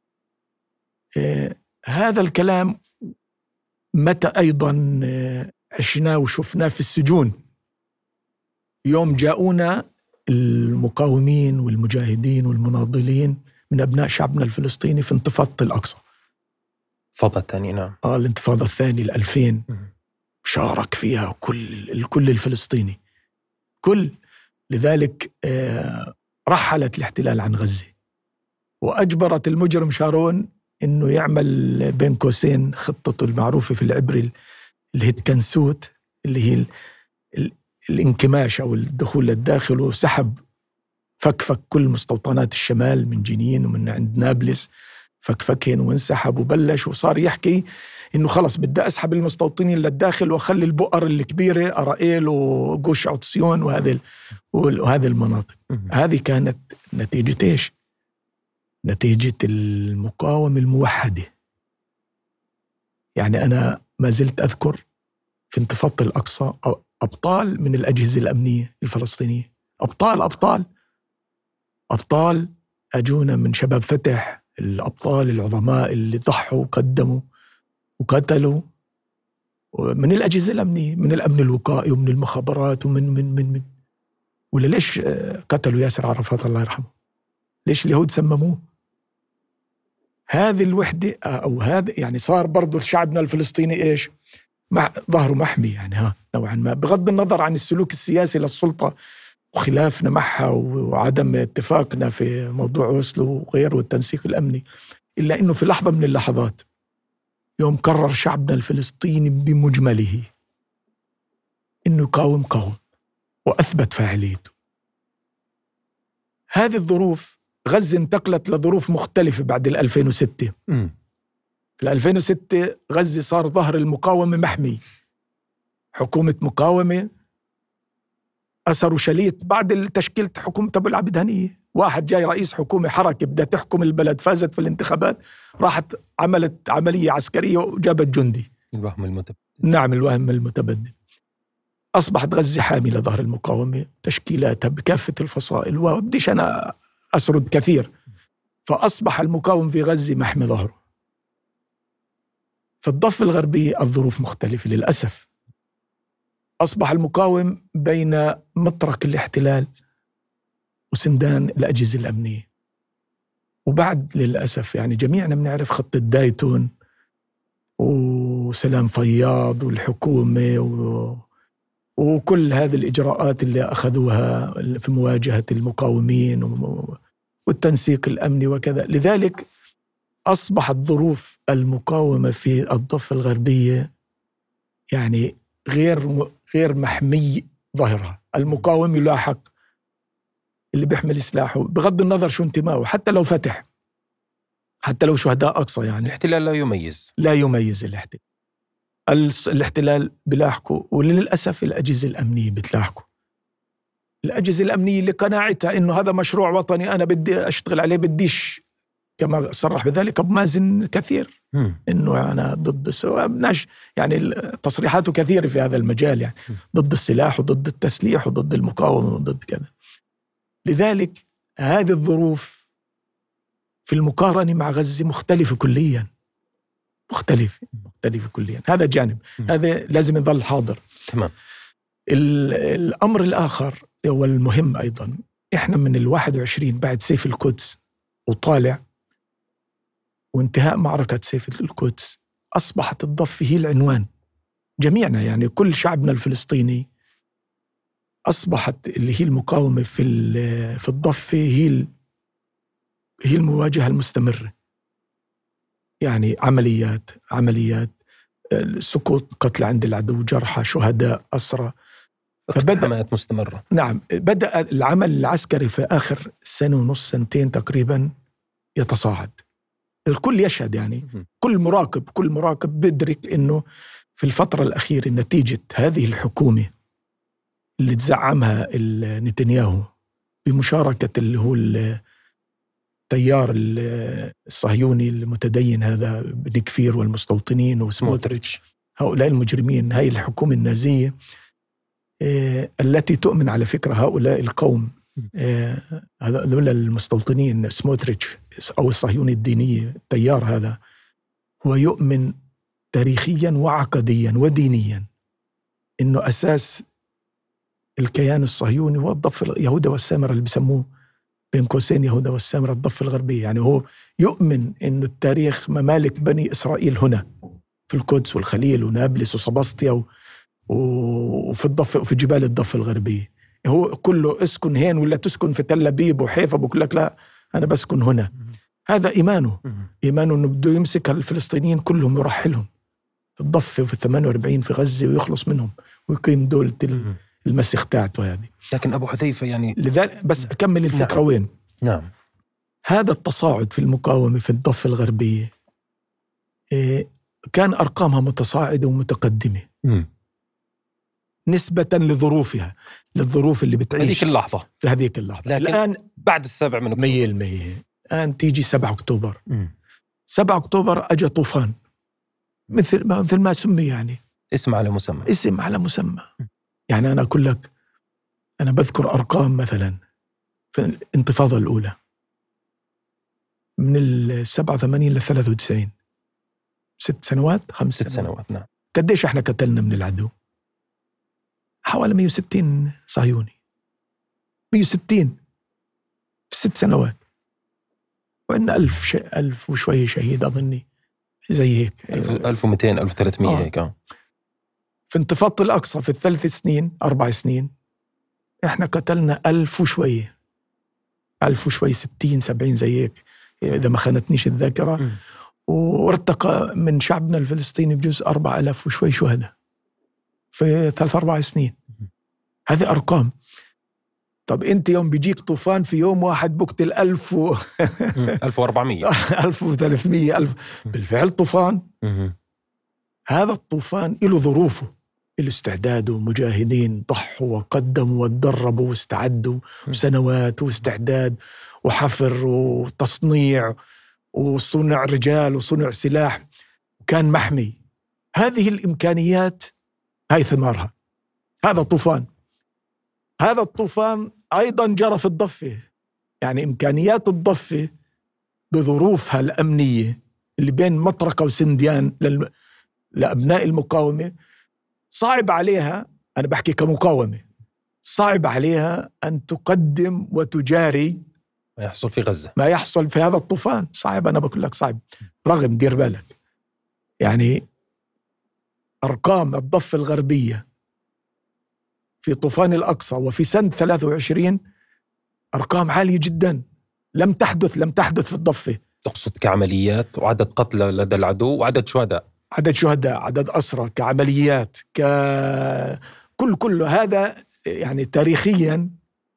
هذا الكلام متى أيضا عشناه وشفناه في السجون، يوم جاءونا المقاومين والمجاهدين والمناضلين من أبناء شعبنا الفلسطيني في انتفاضة الأقصى. الانتفاضة الثانية. نعم. الانتفاضة الثانية 2000 شارك فيها الكل الفلسطيني كل. لذلك رحلت الاحتلال عن غزة وأجبرت المجرم شارون إنه يعمل بين قوسين خطته المعروفة في العبري الهتكنسوت، اللي هي الانكماش أو الدخول للداخل، وسحب فكفك كل مستوطنات الشمال من جنين ومن عند نابلس، فكفكهن وانسحب وبلش وصار يحكي إنه خلص بدي أسحب المستوطنين للداخل وأخلي البؤر الكبيرة أرائيل وجوش عطسيون وهذه المناطق. هذه كانت نتيجة إيش؟ نتيجة المقاومة الموحدة. يعني أنا ما زلت أذكر في انتفاضة الأقصى أبطال من الأجهزة الأمنية الفلسطينية، أبطال أجونا من شباب فتح، الأبطال العظماء اللي ضحوا وقدموا وقتلوا من الأجهزة الأمنية، من الأمن الوقائي ومن المخابرات ومن ولا ليش قتلوا ياسر عرفات الله يرحمه؟ ليش اليهود سمموه؟ هذه الوحدة أو هذا يعني صار برضو شعبنا الفلسطيني إيش؟ ظهره محمي يعني نوعا ما، بغض النظر عن السلوك السياسي للسلطة وخلافنا معها وعدم اتفاقنا في موضوع أوسلو وغيره والتنسيق الأمني، إلا أنه في لحظة من اللحظات يوم قرر شعبنا الفلسطيني بمجمله أنه قاوم وأثبت فاعليته. هذه الظروف غزة انتقلت لظروف مختلفة بعد 2006. في 2006 غزة صار ظهر المقاومة محمي، حكومة مقاومة أسروا شليت بعد تشكيلة حكومة أبو العبد هنية واحد جاي رئيس حكومة حركة بدها تحكم البلد، فازت في الانتخابات، راحت عملت عملية عسكرية وجابت جندي. الوهم المتبدل. نعم، الوهم المتبدل. أصبحت غزة حاملة ظهر المقاومة، تشكيلاتها بكافة الفصائل، وبديش أنا أسرد كثير. فأصبح المقاوم في غزة محمي ظهره. في الضفة الغربية الظروف مختلفة للأسف. أصبح المقاوم بين مطرق الاحتلال وسندان الأجهزة الأمنية. وبعد للأسف يعني جميعنا بنعرف خطة دايتون وسلام فياض والحكومة وكل هذه الإجراءات اللي أخذوها في مواجهة المقاومين والتنسيق الأمني وكذا. لذلك أصبحت ظروف المقاومة في الضفة الغربية يعني غير محمي ظاهرها. المقاوم يلاحق اللي بيحمل سلاحه بغض النظر شو انتمائه، حتى لو فتح، حتى لو شهداء أقصى. يعني الاحتلال لا يميز الاحتلال بلاحقه، وللأسف الأجهزة الأمنية بتلاحقه. الأجهزة الأمنية اللي قناعتها إنه هذا مشروع وطني أنا بدي أشتغل عليه، بديش، كما صرح بذلك أبو مازن كثير إنه أنا ضد يعني تصريحاته كثيرة في هذا المجال، يعني ضد السلاح وضد التسليح وضد المقاومة وضد كذا. لذلك هذه الظروف في المقارنة مع غزة مختلفة كليا، مختلفة كليا. هذا جانب، هذا لازم يظل حاضر. تمام. الأمر الآخر والمهم أيضا، إحنا من 21 بعد سيف القدس وطالع وانتهاء معركة سيف القدس، أصبحت الضفة هي العنوان. جميعنا يعني كل شعبنا الفلسطيني أصبحت اللي هي المقاومة في الضفة هي المواجهة المستمرة. يعني عمليات سقوط، قتل عند العدو، جرحى، شهداء، أسرى. فبدأت مستمرة. نعم، بدأ العمل العسكري في آخر سنة ونص، سنتين تقريبا يتصاعد. الكل يشهد، يعني كل مراقب بدرك إنه في الفترة الأخيرة نتيجة هذه الحكومة اللي تزعمها نتنياهو بمشاركة اللي هو التيار الصهيوني المتدين هذا بن كفير والمستوطنين وسموتريتش، هؤلاء المجرمين، هاي الحكومة النازية التي تؤمن على فكرة هؤلاء القوم، هذول المستوطنين، سموتريتش أو الصهيوني الديني، التيار هذا هو يؤمن تاريخيا وعقديا ودينيا إنه أساس الكيان الصهيوني هو الضفة يهوذا والسامرة، اللي بسموه بين قوسين يهوذا والسامرة الضفة الغربية. يعني هو يؤمن إنه التاريخ ممالك بني إسرائيل هنا في القدس والخليل ونابلس وسبسطيا وفي الضفة وفي جبال الضفة الغربية. هو كله اسكن هين ولا تسكن في تل أبيب وحيفا، بقول لك لا أنا بسكن هنا. هذا إيمانه إنه بده يمسك الفلسطينيين كلهم يرحلهم في الضفة وفي 48 في غزة ويخلص منهم ويقيم دولة المسيح تاعته هذه. لكن أبو حذيفة يعني لذلك بس أكمل الفكرة. نعم. وين؟ نعم. هذا التصاعد في المقاومة في الضفة الغربية كان أرقامها متصاعدة ومتقدمة نسبة لظروفها، للظروف اللي بتعيش في هذيك اللحظة. لكن الآن بعد 7 أكتوبر 100%. الآن تيجي 7 أكتوبر. 7 أكتوبر أجا طوفان مثل ما سمي، يعني اسم على مسمى. يعني أنا أقول لك، أنا بذكر أرقام مثلا في الانتفاضة الأولى من 87 ل 93، 6 سنوات 5 سنوات. نعم. قديش احنا قتلنا من العدو؟ حوالي 160 صهيوني، 160 في 6 سنوات، وإن 1000 وشوية شهيد أظني، زي هيك 1200 1300 هيك. في انتفاضة الأقصى في 3 سنين 4 سنين إحنا قتلنا 1000 وشوية 60 70 زي هيك إذا ما خانتنيش الذاكرة. وارتقى من شعبنا الفلسطيني بجزء 4000 وشوي شهداء في 3-4 سنين. هذه أرقام. طب أنت يوم بيجيك طوفان في يوم واحد بقتل 1400 1300 1000 بالفعل طوفان. هذا الطوفان له ظروفه الاستعداد ومجاهدين ضحوا وقدموا وتدربوا واستعدوا سنوات واستعداد وحفر وتصنيع وصنع رجال وصنع سلاح، كان محمي. هذه الإمكانيات هاي ثمارها. هذا الطوفان أيضا جرى في الضفة. يعني إمكانيات الضفة بظروفها الأمنية اللي بين مطرقة وسنديان لأبناء المقاومة صعب عليها، أنا بحكي كمقاومة، صعب عليها أن تقدم وتجاري ما يحصل في غزة، ما يحصل في هذا الطوفان. صعب، أنا بقول لك صعب. رغم دير بالك يعني أرقام الضفة الغربية في طوفان الأقصى وفي سنة 23 أرقام عالية جدا لم تحدث في الضفة. تقصد كعمليات وعدد قتلى لدى العدو وعدد شهداء؟ عدد شهداء، عدد أسرى، كعمليات، كل هذا يعني تاريخيا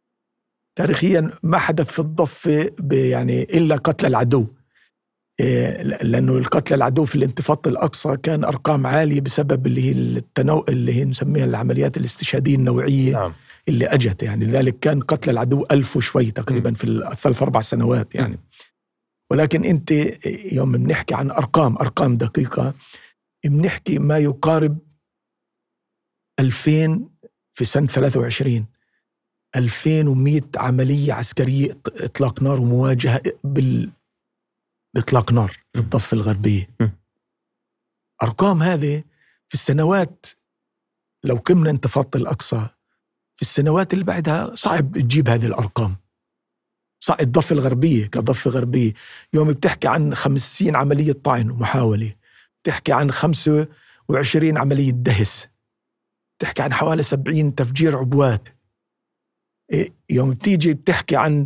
ما حدث في الضفة يعني إلا قتل العدو. لأنه القتل العدو في الانتفاضة الأقصى كان أرقام عالية بسبب اللي هي نسميها العمليات الاستشهادية النوعية. نعم. اللي أجت يعني، لذلك كان قتل العدو 1000 وشوي تقريبا في ال3-4 سنوات يعني. ولكن أنت يوم بنحكي عن أرقام دقيقة، بنحكي ما يقارب 2000 في سنة 23، 2100 عملية عسكرية إطلاق نار ومواجهة بإطلاق نار في الضفة الغربية. أرقام هذه في السنوات، لو كمنا انتفاضة الأقصى في السنوات اللي بعدها صعب تجيب هذه الأرقام. صعب الضفة الغربية كضفة غربية يوم بتحكي عن 50 عملية طعن ومحاولة، بتحكي عن 25 عملية دهس، بتحكي عن حوالي 70 تفجير عبوات. يوم بتيجي بتحكي عن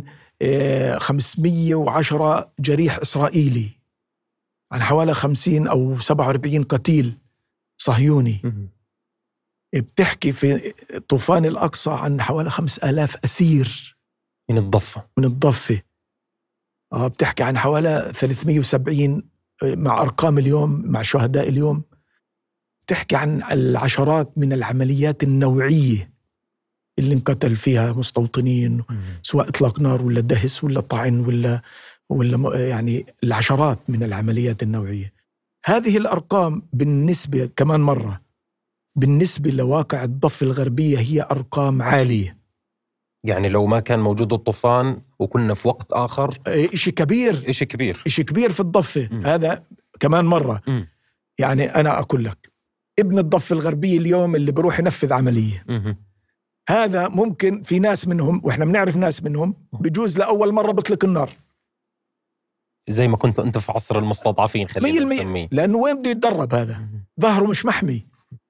510 جريح إسرائيلي، عن حوالي 50 أو 47 قتيل صهيوني. بتحكي في طوفان الأقصى عن حوالي 5000 أسير من الضفة. بتحكي عن حوالي 370 مع أرقام اليوم، مع شهداء اليوم. بتحكي عن العشرات من العمليات النوعية اللي انقتل فيها مستوطنين، سواء إطلاق نار ولا دهس ولا طعن ولا يعني العشرات من العمليات النوعية. هذه الأرقام بالنسبة كمان مرة بالنسبة لواقع الضفة الغربية هي أرقام عالية. يعني لو ما كان موجود الطوفان وكنا في وقت آخر، إشي كبير في الضفة. هذا كمان مرة. يعني أنا أقول لك ابن الضفة الغربية اليوم اللي بروح ينفذ عملية، هذا ممكن في ناس منهم، وإحنا بنعرف ناس منهم، بجوز لأول مرة بطلق النار، زي ما كنت أنت في عصر المستضعفين خلينا نسميه. لأنه وين بده يتدرب؟ هذا ظهره مش محمي،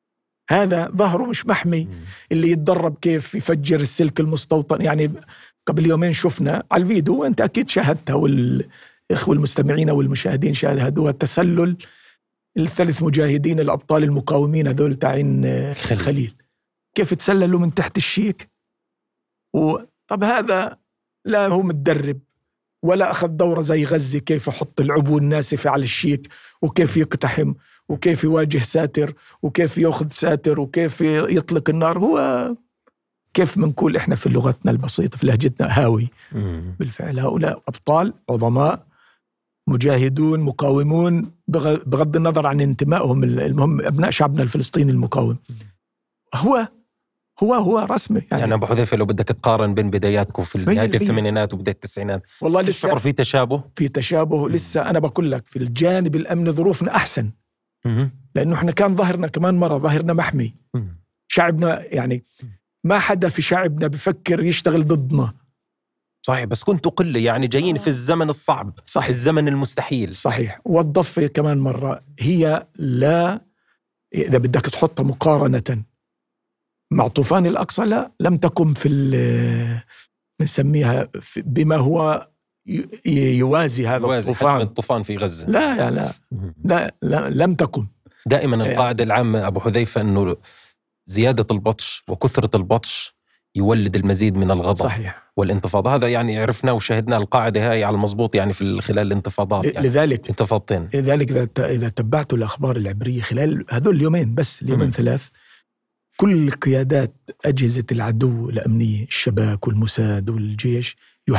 اللي يتدرب كيف يفجر السلك المستوطن. يعني قبل يومين شفنا على الفيديو، وانت اكيد شاهدتها والإخوة المستمعين والمشاهدين شاهدوها، التسلل ال3 مجاهدين الأبطال المقاومين هذول تاعين الخليل، كيف تسللوا من تحت الشيك. طب هذا لا هو متدرب ولا أخذ دورة زي غزة، كيف يحط العبوة الناسفة على الشيك، وكيف يقتحم، وكيف يواجه ساتر، وكيف يأخذ ساتر، وكيف يطلق النار. هو كيف منقول إحنا في لغتنا البسيطة في لهجتنا هاوي. بالفعل هؤلاء أبطال عظماء مجاهدون مقاومون بغض النظر عن انتمائهم، المهم أبناء شعبنا الفلسطيني المقاوم. هو رسمي يعني أبو حذيفة، لو بدك تقارن بين بداياتكم في نهاية الثمانينات وبداية التسعينات، والله لسه تشعر في تشابه؟ لسه أنا بقول لك في الجانب الأمني ظروفنا أحسن، لأنه إحنا كان ظهرنا كمان مرة ظهرنا محمي. شعبنا يعني ما حدا في شعبنا بفكر يشتغل ضدنا. صحيح، بس كنتوا قلة يعني جايين في الزمن الصعب. صحيح. الزمن المستحيل. صحيح. والضفة كمان مرة هي لا، إذا بدك تحطها مقارنة مع طوفان الأقصى، لا لم تكن في نسميها بما هو يوازي هذا الطوفان في غزة. لا لم تكن. دائما القاعدة العامة أبو حذيفة أنه زيادة البطش وكثرة البطش يولد المزيد من الغضب. صحيح. والانتفاضة، هذا يعني عرفنا وشاهدنا القاعدة هاي على المضبوط يعني في خلال الانتفاضات، يعني لذلك انتفاضتين. لذلك إذا تبعتوا الأخبار العبرية خلال هذول اليومين بس، اليومين 3، كل قيادات أجهزة العدو الأمنية، الشباك والموساد والجيش،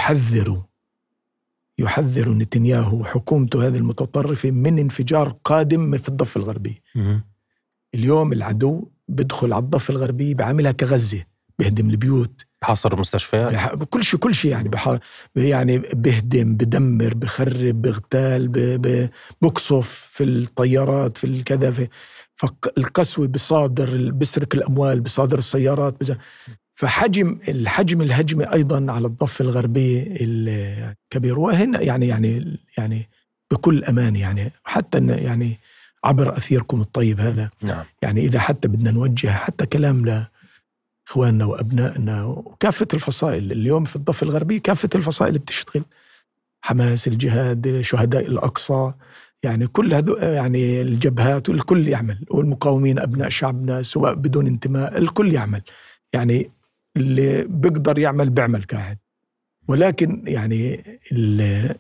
يحذر نتنياهو وحكومته هذه المتطرفة من انفجار قادم في الضفة الغربية. اليوم العدو بدخل على الضفة الغربية بعملها كغزة، بيهدم البيوت، بحاصر المستشفيات، كل شيء يعني يعني بيهدم، بدمر، بخرب، بغتال، بقصف في الطيارات، في الكذا، فالقسوة بصادر، بسرق الأموال، بصادر السيارات، فحجم الهجمة أيضا على الضفة الغربية الكبير. وهنا يعني بكل أمان، يعني حتى يعني عبر أثيركم الطيب هذا، نعم. يعني إذا حتى بدنا نوجه حتى كلام لإخواننا وأبنائنا وكافة الفصائل اليوم في الضفة الغربية، كافة الفصائل بتشتغل، حماس، الجهاد، شهداء الأقصى، يعني كل هذا، يعني الجبهات، والكل يعمل، والمقاومين أبناء شعبنا سواء بدون انتماء، الكل يعمل، يعني اللي بيقدر يعمل بيعمل كاهد. ولكن يعني اللي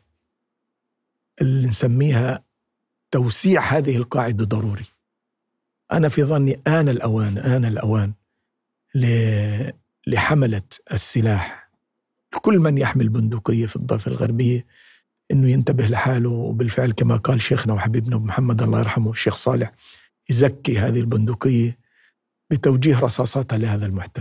نسميها توسيع هذه القاعدة ضروري. أنا في ظني آن الأوان لحملة السلاح، كل من يحمل بندقية في الضفة الغربية إنه ينتبه لحاله، وبالفعل كما قال شيخنا وحبيبنا محمد الله يرحمه الشيخ صالح، يزكي هذه البندقية بتوجيه رصاصاتها لهذا المحتل.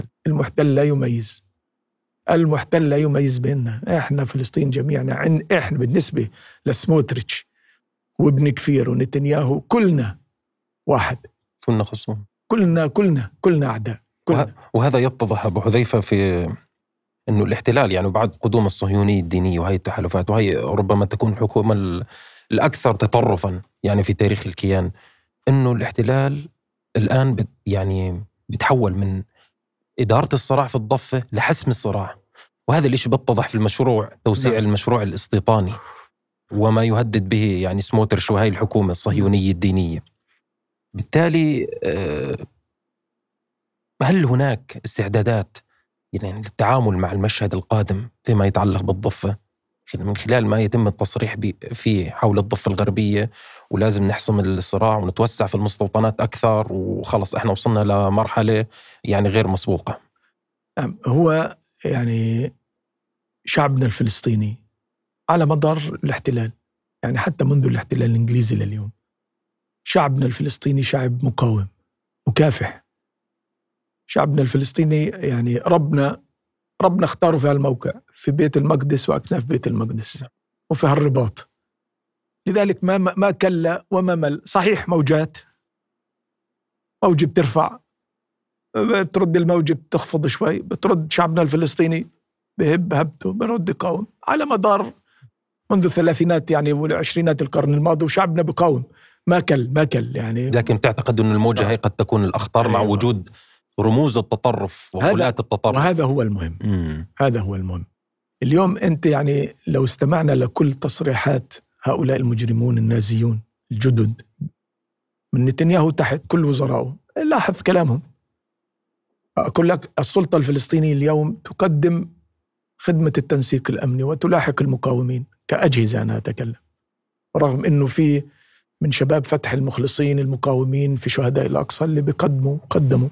المحتل لا يميز بيننا، إحنا فلسطين جميعنا، إحنا بالنسبة لسموتريتش وابن كفير ونتنياهو كلنا واحد، كلنا خصوم، كلنا أعداء. وهذا يتضح أبو حذيفة في أنه الاحتلال، يعني بعد قدوم الصهيونية الدينية وهي التحالفات، وهي ربما تكون الحكومة الأكثر تطرفا يعني في تاريخ الكيان، أنه الاحتلال الآن يعني بيتحول من إدارة الصراع في الضفة لحسم الصراع. وهذا الإشي بيتضح في المشروع توسيع المشروع الاستيطاني وما يهدد به يعني سموتريتش وهي الحكومة الصهيونية الدينية. بالتالي هل هناك استعدادات يعني للتعامل مع المشهد القادم فيما يتعلق بالضفة من خلال ما يتم التصريح فيه حول الضفة الغربية، ولازم نحسم الصراع ونتوسع في المستوطنات أكثر، وخلص إحنا وصلنا لمرحلة يعني غير مسبوقة؟ هو يعني شعبنا الفلسطيني على مدار الاحتلال، يعني حتى منذ الاحتلال الإنجليزي لليوم، شعبنا الفلسطيني شعب مقاوم مكافح. شعبنا الفلسطيني يعني ربنا اختاره في هالموقع، في بيت المقدس وأكناف بيت المقدس وفي هالرباط. لذلك ما كلا وما مل. صحيح موجة بترفع، بترد الموجة، بتخفض شوي، بترد. شعبنا الفلسطيني بهب هبته، برد يقاوم على مدار منذ الثلاثينات يعني والعشرينات القرن الماضي، وشعبنا بقاوم ما كل يعني. لكن تعتقد أن الموجة هي قد تكون الأخطر مع وجود رموز التطرف وغلات التطرف، وهذا هو المهم. هذا هو المهم. اليوم أنت يعني لو استمعنا لكل تصريحات هؤلاء المجرمون النازيون الجدد من نتنياهو تحت كل وزرائه، لاحظ كلامهم. أقول لك السلطة الفلسطينية اليوم تقدم خدمة التنسيق الأمني وتلاحق المقاومين كأجهزة. أنا أتكلم رغم أنه في من شباب فتح المخلصين المقاومين في شهداء الأقصى اللي قدموا.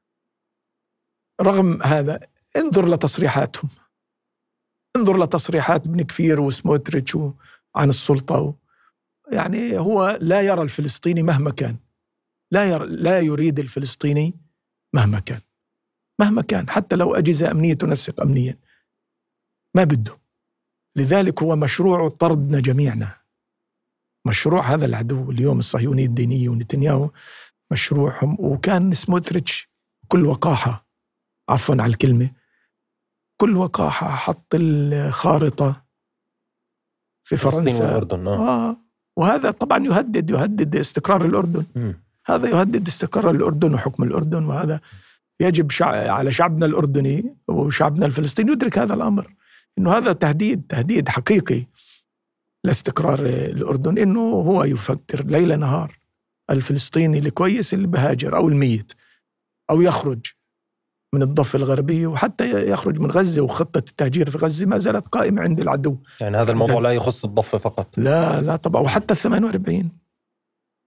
رغم هذا انظر لتصريحاتهم، انظر لتصريحات ابن كفير وسموتريتش عن السلطة. يعني هو لا يرى الفلسطيني مهما كان، لا يريد الفلسطيني مهما كان حتى لو أجهزة أمنية تنسق أمنيا ما بده. لذلك هو مشروع طردنا جميعنا. مشروع هذا العدو اليوم الصهيوني الديني ونتنياهو مشروعهم. وكان سموتريتش كل وقاحة، عفوا على الكلمة، كل وقاحة حط الخارطة في فرنسا والأردن. وهذا طبعا يهدد استقرار الأردن. هذا يهدد استقرار الأردن وحكم الأردن. وهذا يجب على شعبنا الأردني وشعبنا الفلسطيني يدرك هذا الأمر، إنه هذا تهديد حقيقي لاستقرار الأردن. إنه هو يفكر ليل نهار الفلسطيني الكويس اللي بهاجر أو الميت أو يخرج من الضفة الغربية وحتى يخرج من غزة، وخطة التهجير في غزة ما زالت قائمة عند العدو. يعني هذا الموضوع لا يخص الضفة فقط؟ لا طبعا، وحتى 48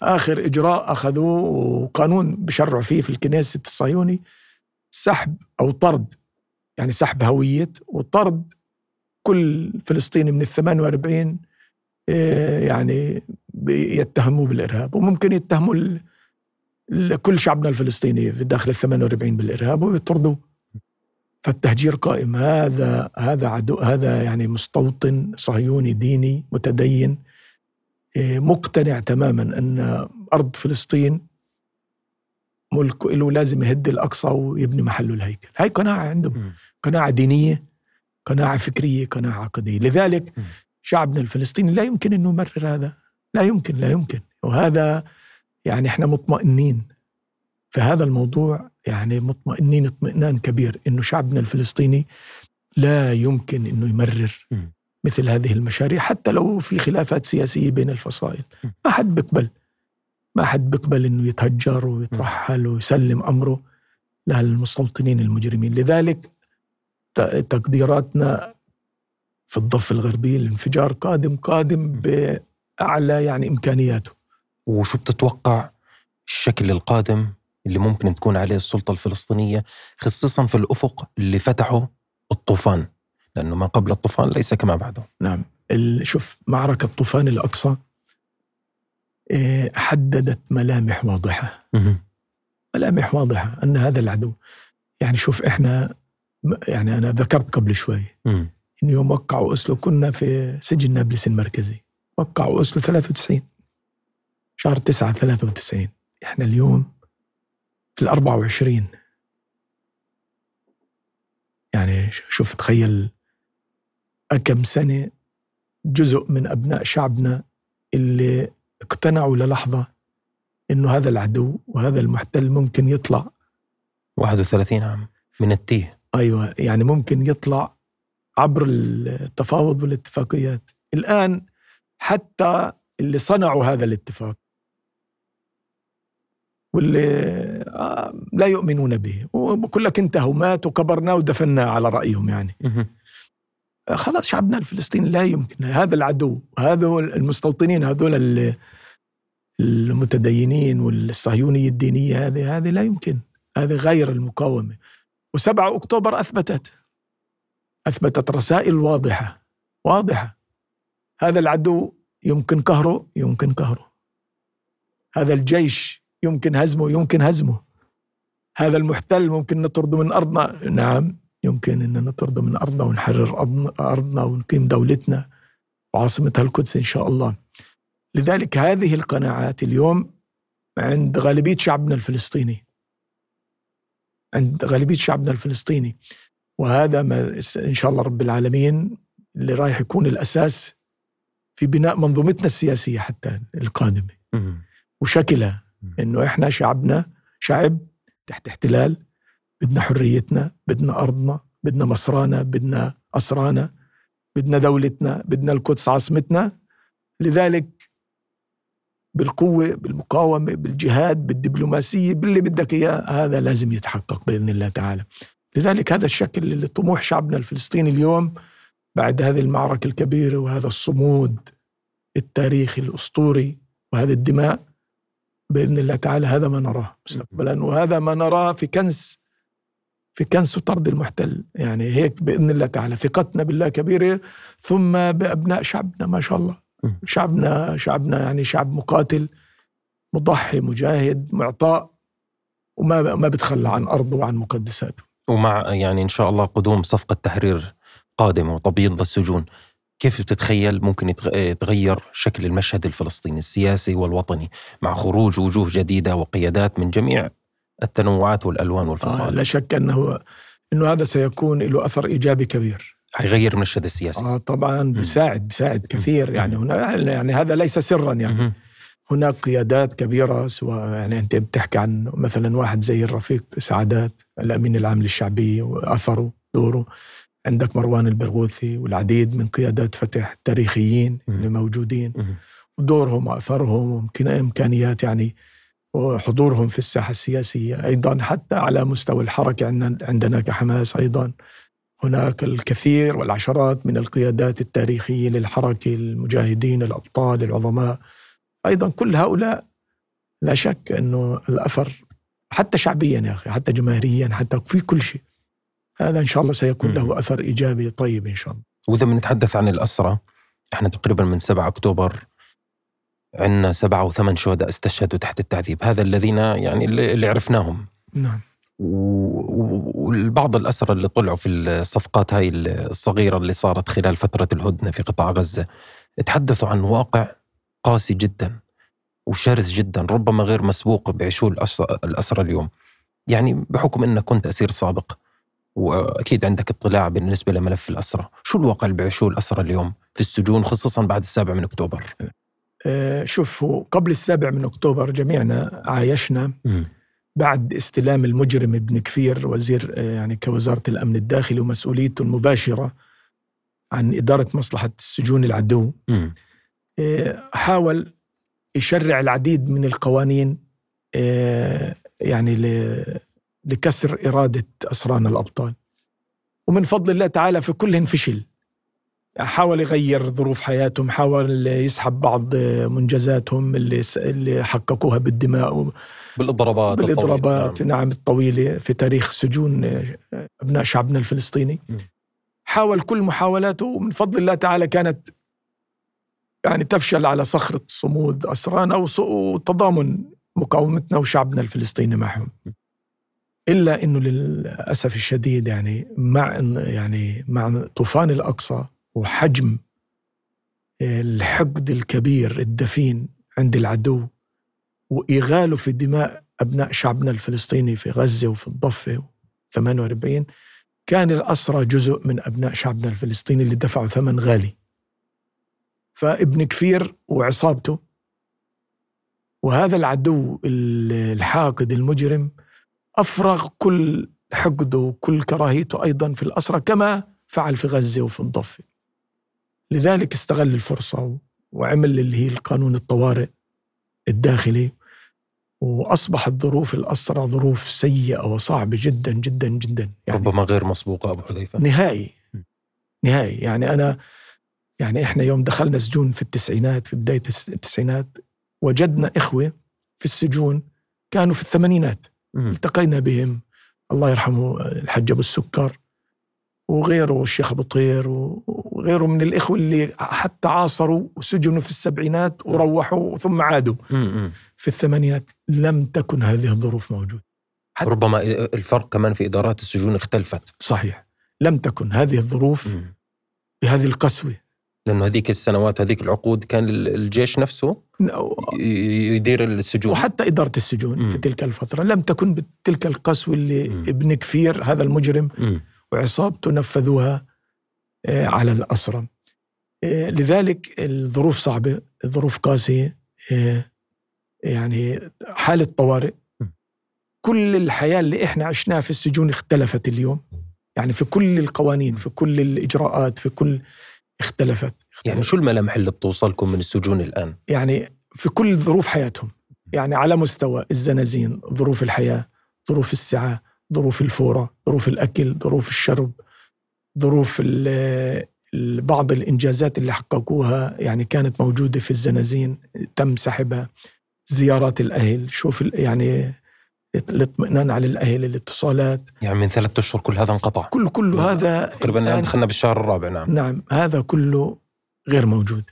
آخر إجراء أخذوه وقانون بشرعوا فيه في الكنيسة الصهيوني سحب أو طرد، يعني سحب هوية وطرد كل فلسطيني من 48 يعني يتهموا بالإرهاب، وممكن يتهموا كل شعبنا الفلسطيني في داخل 48 بالإرهاب ويطردوا. فالتهجير قائم. هذا عدو، هذا يعني مستوطن صهيوني ديني متدين مقتنع تماما أن أرض فلسطين ملك له، لازم يهد الأقصى ويبني محله الهيكل. هاي قناعة عندهم، قناعة دينية، قناعة فكرية، قناعة عقدية. لذلك شعبنا الفلسطيني لا يمكن أنه يمرر هذا، لا يمكن. وهذا يعني احنا مطمئنين في هذا الموضوع، يعني مطمئنين اطمئنان كبير أنه شعبنا الفلسطيني لا يمكن أنه يمرر مثل هذه المشاريع، حتى لو في خلافات سياسية بين الفصائل. ما حد بيقبل أنه يتهجر ويترحل ويسلم أمره للمستوطنين المجرمين. لذلك تقديراتنا في الضفة الغربية الانفجار قادم بأعلى يعني إمكانياته. وشو بتتوقع الشكل القادم اللي ممكن تكون عليه السلطة الفلسطينية، خصيصا في الأفق اللي فتحه الطوفان؟ لأنه ما قبل الطوفان ليس كما بعده. نعم. شوف، معركة طوفان الأقصى حددت ملامح واضحة. ملامح واضحة أن هذا العدو، يعني شوف إحنا، يعني أنا ذكرت قبل شوي إن يوم وقعوا أوسلو كنا في سجن نابلس المركزي، وقعوا أوسلو 93 شهر 9 93. إحنا اليوم في 24. يعني شوف، تخيل كم سنة جزء من أبناء شعبنا اللي اقتنعوا للحظة إنه هذا العدو وهذا المحتل ممكن يطلع 31 عام من التيه. أيوة، يعني ممكن يطلع عبر التفاوض والاتفاقيات. الآن حتى اللي صنعوا هذا الاتفاق واللي لا يؤمنون به وبقول لك انتهوا، مات وكبرنا ودفنا على رأيهم. يعني خلاص شعبنا الفلسطيني لا يمكن. هذا العدو، هذا المستوطنين هذول المتدينين والصهيونية الدينية، هذه لا يمكن، هذه غير المقاومة. و7 أكتوبر أثبتت رسائل واضحة. هذا العدو يمكن قهره. هذا الجيش يمكن هزمه. هذا المحتل ممكن نطرده من أرضنا. نعم، يمكن أن نطرده من أرضنا ونحرر أرضنا ونقيم دولتنا وعاصمتها القدس إن شاء الله. لذلك هذه القناعات اليوم عند غالبية شعبنا الفلسطيني، وهذا ما إن شاء الله رب العالمين اللي رايح يكون الأساس في بناء منظومتنا السياسية حتى القادمة وشكلها. إنه إحنا شعبنا شعب تحت احتلال، بدنا حريتنا، بدنا أرضنا، بدنا مصرانا، بدنا أسرانا، بدنا دولتنا، بدنا القدس عاصمتنا. لذلك بالقوة، بالمقاومة، بالجهاد، بالدبلوماسية، باللي بدك إياه، هذا لازم يتحقق بإذن الله تعالى. لذلك هذا الشكل اللي طموح شعبنا الفلسطيني اليوم بعد هذه المعركة الكبيرة وهذا الصمود التاريخي الأسطوري وهذه الدماء، بإذن الله تعالى هذا ما نراه مستقبلا، وهذا ما نراه في كنس وطرد المحتل. يعني هيك بإذن الله تعالى ثقتنا بالله كبيرة، ثم بأبناء شعبنا ما شاء الله. شعبنا يعني شعب مقاتل مضحي مجاهد معطاء، وما بتخلى عن أرضه وعن مقدساته. ومع يعني إن شاء الله قدوم صفقة تحرير قادمة وتبييض السجون، كيف بتتخيل ممكن يتغير شكل المشهد الفلسطيني السياسي والوطني مع خروج وجوه جديدة وقيادات من جميع التنوعات والألوان والفصائل؟ لا شك أنه هذا سيكون له أثر إيجابي كبير، هيغير المشهد السياسي. طبعا بيساعد كثير. يعني هنا يعني هذا ليس سرا. يعني هناك قيادات كبيرة، سواء يعني أنت بتحكي عن مثلا واحد زي الرفيق سعادات الأمين العام للشعبية وأثره دوره، عندك مروان البرغوثي والعديد من قيادات فتح التاريخيين اللي موجودين، ودورهم وأثرهم وإمكانيات يعني وحضورهم في الساحة السياسية. أيضا حتى على مستوى الحركة عندنا كحماس أيضا هناك الكثير والعشرات من القيادات التاريخية للحركة، المجاهدين الأبطال العظماء. أيضا كل هؤلاء لا شك أنه الأثر حتى شعبيا يا أخي، حتى جماهيريا، حتى في كل شيء، هذا إن شاء الله سيكون له أثر إيجابي طيب إن شاء الله. وإذا بنتحدث عن الأسرى، إحنا تقريبا من 7 أكتوبر عندنا 7 و8 شهداء استشهدوا تحت التعذيب، هذا الذين يعني اللي عرفناهم. نعم. والبعض الأسرى اللي طلعوا في الصفقات هاي الصغيرة اللي صارت خلال فترة الهدنة في قطاع غزة تحدثوا عن واقع قاسي جدا وشرس جدا، ربما غير مسبوق بعيشوه الأسرى اليوم. يعني بحكم أنك كنت أسير سابق وأكيد عندك اطلاع بالنسبة لملف الأسرى، شو الواقع اللي بعيشوه الأسرى اليوم في السجون خصوصا بعد 7 من أكتوبر؟ شوف، قبل 7 من أكتوبر جميعنا عايشنا بعد استلام المجرم ابن كفير وزير يعني كوزارة الأمن الداخلي ومسؤوليته المباشرة عن إدارة مصلحة السجون العدو، حاول يشرع العديد من القوانين يعني لكسر إرادة أسرانا الأبطال، ومن فضل الله تعالى في كلهن فشل. حاول يغير ظروف حياتهم، حاول يسحب بعض منجزاتهم اللي حققوها بالدماء بالإضرابات نعم الطويلة في تاريخ سجون أبناء شعبنا الفلسطيني. حاول كل محاولاته، ومن فضل الله تعالى كانت يعني تفشل على صخرة صمود أسرانا وتضامن مقاومتنا وشعبنا الفلسطيني معهم. إلا إنه للأسف الشديد يعني مع طوفان الأقصى وحجم الحقد الكبير الدفين عند العدو وإغاله في دماء أبناء شعبنا الفلسطيني في غزة وفي الضفة 48، كان الأسرى جزء من أبناء شعبنا الفلسطيني اللي دفعوا ثمن غالي. فابن كفير وعصابته وهذا العدو الحاقد المجرم أفرغ كل حقده وكل كراهيته أيضا في الأسرى كما فعل في غزة وفي الضفة. لذلك استغل الفرصة وعمل اللي هي القانون الطوارئ الداخلي، وأصبحت ظروف الأسرى ظروف سيئة وصعبة جدا جدا جدا، يعني ربما غير مسبوقة أبو حذيفة نهائي. يعني إحنا يوم دخلنا سجون في التسعينات، في بداية التسعينات، وجدنا إخوة في السجون كانوا في الثمانينات، التقينا بهم، الله يرحمه الحج أبو السكر وغيره الشيخ أبو طير وغيره من الإخوة اللي حتى عاصروا وسجنوا في السبعينات وروحوا ثم عادوا في الثمانينات. لم تكن هذه الظروف موجودة. ربما الفرق كمان في إدارات السجون اختلفت. صحيح، لم تكن هذه الظروف بهذه القسوة، لأنه هذيك السنوات هذيك العقود كان الجيش نفسه يدير السجون، وحتى إدارة السجون في تلك الفترة لم تكن بتلك القسوة اللي ابن كفير هذا المجرم وعصابته نفذوها على الأسرى. لذلك الظروف صعبة، الظروف قاسية، يعني حالة طوارئ. كل الحياة اللي إحنا عشناها في السجون اختلفت اليوم، يعني في كل القوانين، في كل الإجراءات، في كل اختلفت. يعني شو الملامح اللي بتوصلكم من السجون الآن؟ يعني في كل ظروف حياتهم، يعني على مستوى الزنازين، ظروف الحياة، ظروف السعة، ظروف الفورة، ظروف الأكل، ظروف الشرب، ظروف بعض الإنجازات اللي حققوها يعني كانت موجودة في الزنازين تم سحبها. زيارات الأهل، شوف يعني الاطمئنان على الأهل، الاتصالات. يعني من 3 أشهر كل هذا انقطع، كل هذا تقريبا دخلنا بالشهر الرابع. نعم هذا كله غير موجود.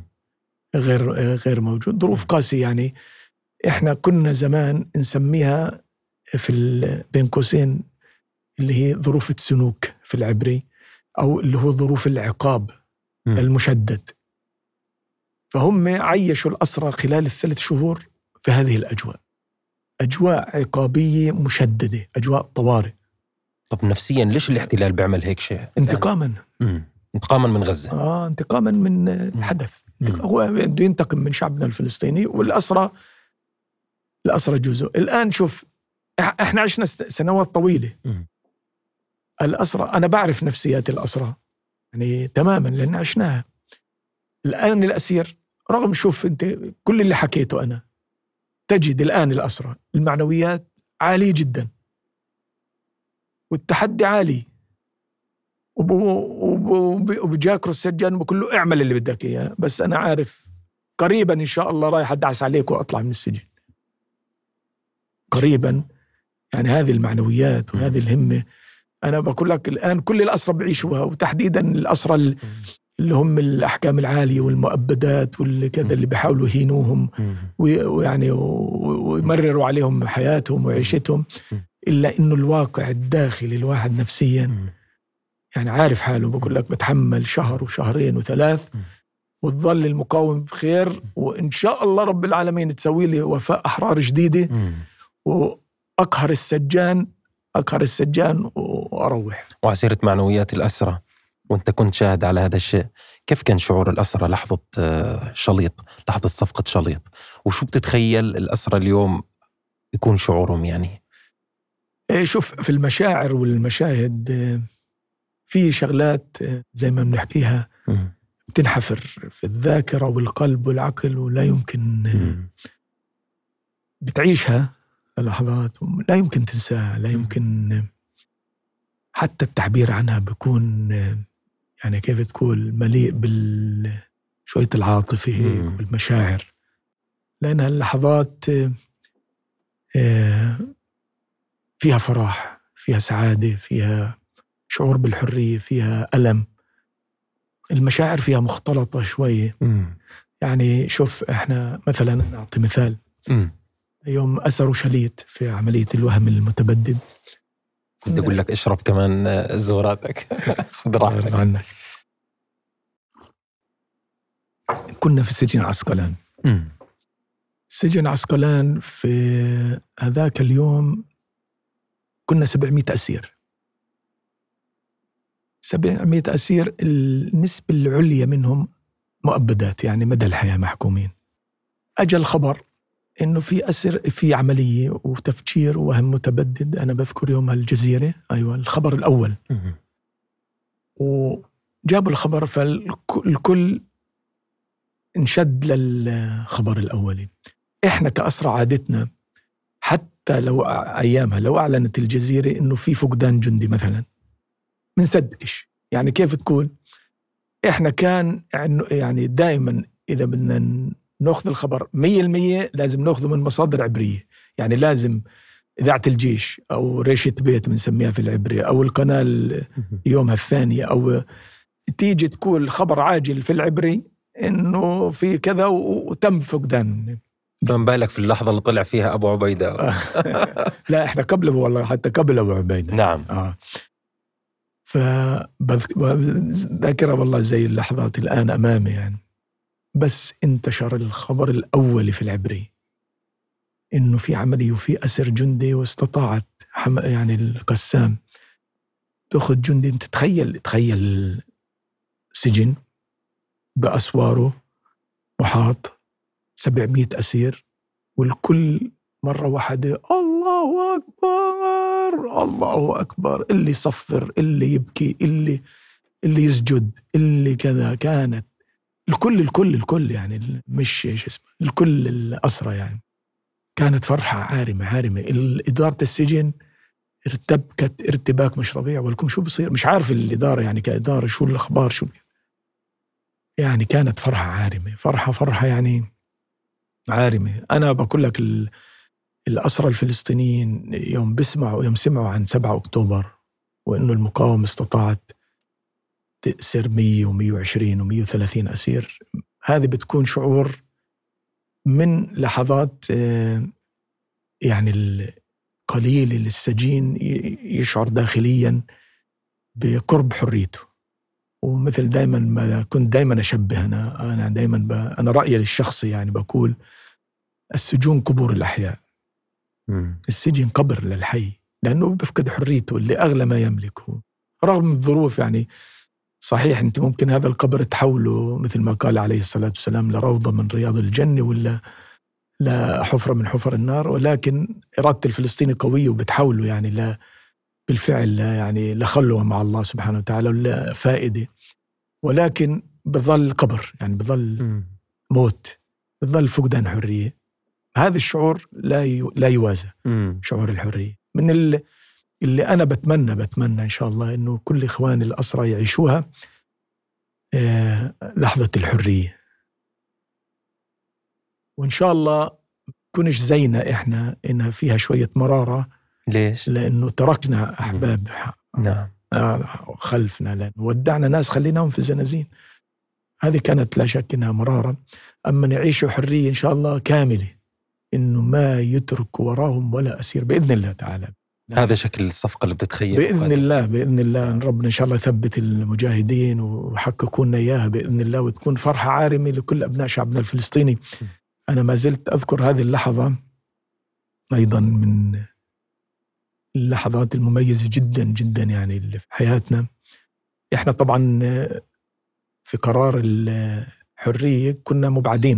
غير موجود. ظروف قاسية. يعني إحنا كنا زمان نسميها بين قوسين اللي هي ظروف السنوك في العبري، أو اللي هو ظروف العقاب المشدد. فهم عيشوا الأسرى خلال 3 شهور في هذه الأجواء، أجواء عقابية مشددة، أجواء طوارئ. طب نفسيا ليش الاحتلال بيعمل هيك شيء؟ انتقاما. انتقاما من غزة. انتقاما من الحدث. هو بده ينتقم من شعبنا الفلسطيني، والأسرى جزء. الآن شوف، احنا عشنا سنوات طويلة. الأسرى أنا بعرف نفسيات الأسرى يعني تماما لأن عشناها. الآن الأسير، رغم شوف أنت كل اللي حكيته أنا، تجد الآن الأسرى المعنويات عالية جدا والتحدي عالي، وبجاكروا السجان بقول له اعمل اللي بدك إياه، بس أنا عارف قريبا إن شاء الله رايح أدعس عليك وأطلع من السجن. قريبا، يعني هذه المعنويات وهذه الهمة أنا بقول لك الآن كل الأسرى بعيشوها، وتحديدا الأسرى اللي هم الأحكام العالية والمؤبدات والكذا اللي بيحاولوا يهينوهم ويعني ويمرروا عليهم حياتهم وعيشتهم، إلا إنه الواقع الداخلي الواحد نفسيا يعني عارف حاله، بقول لك بتحمل شهر وشهرين وثلاث وتظل المقاومة بخير، وإن شاء الله رب العالمين تسوي لي وفاء أحرار جديدة وأقهر السجان وأروح. وعسيرة معنويات الأسرة، وأنت كنت شاهد على هذا الشيء، كيف كان شعور الأسرة لحظة شليط، لحظة صفقة شليط؟ وشو بتتخيل الأسرة اليوم يكون شعورهم يعني؟ شوف، في المشاعر والمشاهد في شغلات زي ما بنحكيها بتنحفر في الذاكرة والقلب والعقل، ولا يمكن بتعيشها لحظات لا يمكن تنساها، لا يمكن حتى التعبير عنها بيكون يعني كيف تقول مليء شوية العاطفة والمشاعر، لأنها اللحظات فيها فرح، فيها سعادة، فيها شعور بالحرية، فيها ألم، المشاعر فيها مختلطة شوية. يعني شوف إحنا مثلا نعطي مثال، يوم أسروا شليت في عملية الوهم المتبدد، بدي أقول لك اشرب كمان زوراتك خذ راحتك عنك. كنا في سجن عسقلان. سجن عسقلان في هذاك اليوم كنا 700 أسير. 700 أسير، النسبة العليا منهم مؤبدات، يعني مدى الحياة محكومين. أجل الخبر إنه في أسر في عملية وتفجير ووهم متبدد. أنا بذكر يوم الجزيرة، أيوة الخبر الأول، وجابوا الخبر فالكل انشد للخبر الأولي. إحنا كأسرى عادتنا حتى لو أيامها لو أعلنت الجزيرة إنه في فقدان جندي مثلا منصدقش، يعني كيف تقول، إحنا كان يعني دائما إذا بدنا نأخذ الخبر 100% لازم نأخذه من مصادر عبرية، يعني لازم إذاعة الجيش أو ريشة بيت بنسميها في العبرية أو القناة يومها الثانية، أو تيجي تقول خبر عاجل في العبري إنه في كذا وتم فقدان. فما بالك في اللحظة اللي طلع فيها أبو عبيدة. لا إحنا قبله والله، حتى قبل أبو عبيدة. نعم. فذاكرة والله زي اللحظات الآن أمامي يعني. بس انتشر الخبر الأول في العبري إنه في عملية وفي أسر جندي، واستطاعت يعني القسام تأخذ جندي. انت تخيل سجن بأسواره محاط 700 أسير، والكل مرة واحدة الله أكبر الله أكبر، اللي يصفر، اللي يبكي، اللي يسجد، اللي كذا. كانت الكل يعني مش اسمه الكل الأسرى يعني كانت فرحة عارمة. إدارة السجن ارتبكت ارتباك مش طبيعي، ولكم شو بصير مش عارف الإدارة يعني كإدارة شو الأخبار شو يعني. كانت فرحة عارمة، فرحة يعني عارمة. أنا بقول لك الأسرى الفلسطينيين يوم سمعوا عن 7 أكتوبر وإنه المقاومة استطاعت تأسر 100 و120 و130 أسير، هذه بتكون شعور من لحظات يعني القليل للسجين يشعر داخليا بقرب حريته. ومثل دايما ما كنت دايما أشبه أنا دايما أنا رأيي الشخصي يعني بقول السجون قبور الأحياء. السجن قبر للحي، لأنه بفقد حريته اللي أغلى ما يملكه رغم الظروف. يعني صحيح أنت ممكن هذا القبر تحوله مثل ما قال عليه الصلاة والسلام لروضة من رياض الجنة ولا لا حفرة من حفر النار، ولكن إرادة الفلسطيني قوية وبتحوله يعني لا بالفعل يعني لخلوه مع الله سبحانه وتعالى ولا فائدة، ولكن بظل قبر يعني بظل موت، بظل فقدان حرية. هذا الشعور لا يوازى شعور الحرية. من اللي أنا بتمنى إن شاء الله إنه كل إخواني الأسرى يعيشوها لحظة الحرية، وإن شاء الله تكونش زينا إحنا، إنها فيها شوية مرارة. ليش؟ لأنه تركنا أحباب نعم خلفنا، لأن ودعنا ناس خليناهم في الزنازين. هذه كانت لا شك إنها مرارة. أما نعيش حرية إن شاء الله كاملة، إنه ما يترك وراهم ولا أسير بإذن الله تعالى. هذا شكل الصفقة اللي بتتخيل بإذن الله. بإذن الله ربنا إن شاء الله يثبت المجاهدين ويحققوا لنا إياها بإذن الله، وتكون فرحة عارمة لكل أبناء شعبنا الفلسطيني. أنا ما زلت أذكر هذه اللحظة أيضا من اللحظات المميزة جدا جدا يعني اللي في حياتنا. إحنا طبعا في قرار الحرية كنا مبعدين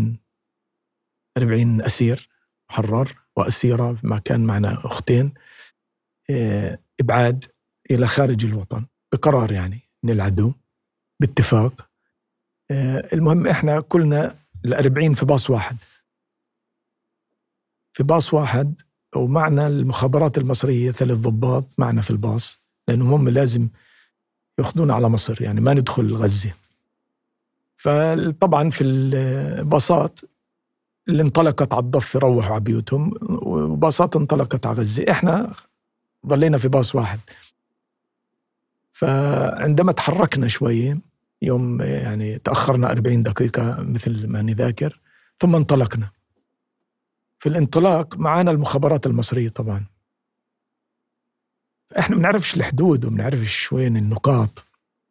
40 أسير محرر وأسيرة، ما كان معنا أختين، إبعاد إلى خارج الوطن بقرار يعني من العدو باتفاق. المهم إحنا كلنا 40 في باص واحد، ومعنا المخابرات المصرية 3 ضباط معنا في الباص، لأنهم هم لازم يأخذونا على مصر، يعني ما ندخل غزة. فطبعا في الباصات اللي انطلقت على الضفة روحوا على بيوتهم، وباصات انطلقت على غزة. إحنا ضلينا في باص واحد. فعندما تحركنا شوية يوم، يعني تأخرنا 40 دقيقة مثل ما نذاكر، ثم انطلقنا. في الانطلاق معانا المخابرات المصرية طبعا، احنا بنعرفش الحدود وبنعرفش وين النقاط.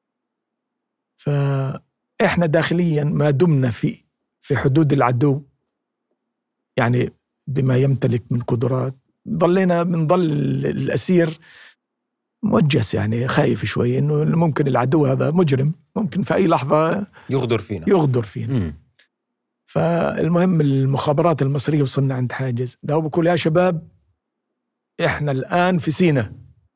فاحنا داخليا ما دمنا في حدود العدو، يعني بما يمتلك من قدرات، بنضل الأسير موجس، يعني خايف شوي إنه ممكن العدو هذا مجرم، ممكن في أي لحظة يغدر فينا. فالمهم المخابرات المصرية وصلنا عند حاجز، ده بقول يا شباب إحنا الآن في سيناء،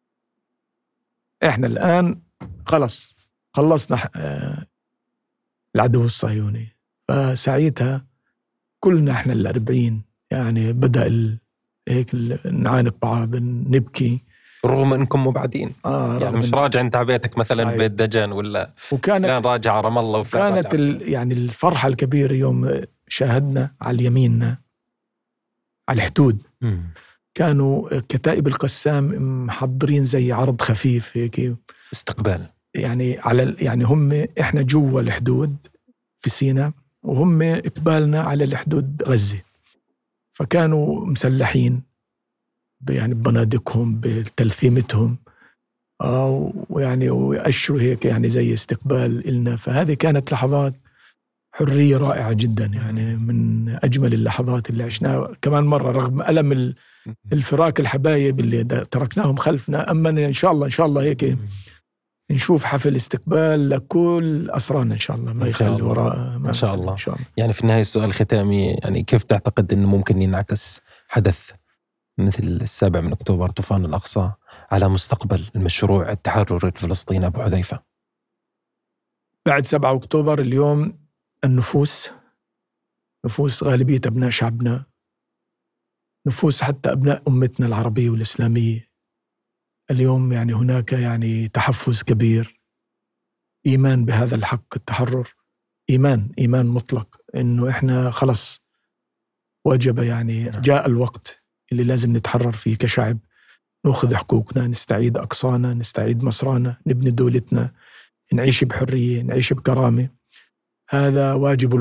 إحنا الآن خلصنا العدو الصهيوني. فساعتها كلنا إحنا 40 يعني بدأ هيك نعانق بعض، نبكي، رغم انكم مبعدين. يعني مش راجع انت على بيتك مثلا بيت دجن ولا كان راجع على رام الله. كانت يعني الفرحة الكبيرة يوم شاهدنا على يميننا على الحدود كانوا كتائب القسام محضرين زي عرض خفيف هيك استقبال، يعني يعني هم احنا جوا الحدود في سيناء، وهم اقبالنا على الحدود غزة. فكانوا مسلحين يعني ببنادقهم بتلثيمتهم، ويعني ويأشروا هيك يعني زي استقبال إلنا. فهذه كانت لحظات حرية رائعة جدا، يعني من أجمل اللحظات اللي عشناها. كمان مرة رغم ألم الفراق الحبايب اللي تركناهم خلفنا، أما إن شاء الله هيك نشوف حفل استقبال لكل أسرانا إن شاء الله، ما يخلي وراء إن شاء الله. يعني في النهاية السؤال الختامي، يعني كيف تعتقد أنه ممكن ينعكس حدث مثل 7 أكتوبر طوفان الأقصى على مستقبل المشروع التحرري الفلسطيني أبو حذيفة؟ بعد 7 أكتوبر اليوم النفوس غالبية أبناء شعبنا، نفوس حتى أبناء أمتنا العربية والإسلامية اليوم، يعني هناك يعني تحفز كبير، إيمان بهذا الحق التحرر، إيمان مطلق إنه إحنا خلص وجب، يعني جاء الوقت اللي لازم نتحرر فيه كشعب، نأخذ حقوقنا، نستعيد أقصانا، نستعيد مصرانا، نبني دولتنا، نعيش بحرية، نعيش بكرامة. هذا واجب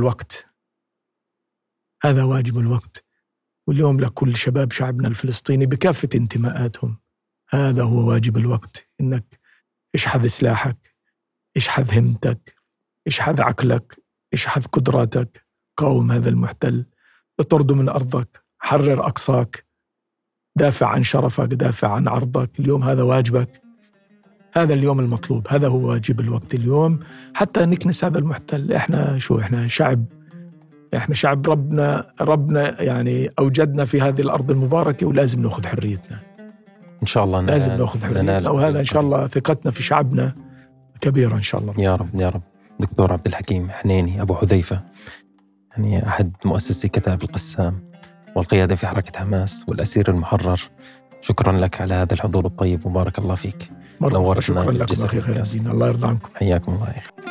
الوقت. واليوم لكل شباب شعبنا الفلسطيني بكافة انتماءاتهم، هذا هو واجب الوقت، إنك اشحذ سلاحك، اشحذ همتك، اشحذ عقلك، اشحذ قدراتك، قاوم هذا المحتل، اطرده من أرضك، حرر أقصاك، دافع عن شرفك، دافع عن عرضك. اليوم هذا واجبك، هذا اليوم المطلوب، هذا هو واجب الوقت اليوم، حتى نكنس هذا المحتل. احنا شعب ربنا يعني أوجدنا في هذه الأرض المباركة، ولازم نأخذ حريتنا إن شاء الله. لازم نأخذ حريتنا، وهذا إن شاء الله ثقتنا في شعبنا كبيرة إن شاء الله. يا رب. دكتور عبد الحكيم حنيني أبو حذيفة، يعني أحد مؤسسي كتائب القسام والقيادة في حركة حماس والأسير المحرر، شكرا لك على هذا الحضور الطيب وبارك الله فيك. نورتنا. شكرا لكم أخي خير الدين، الله يرضى عنكم. حياكم الله.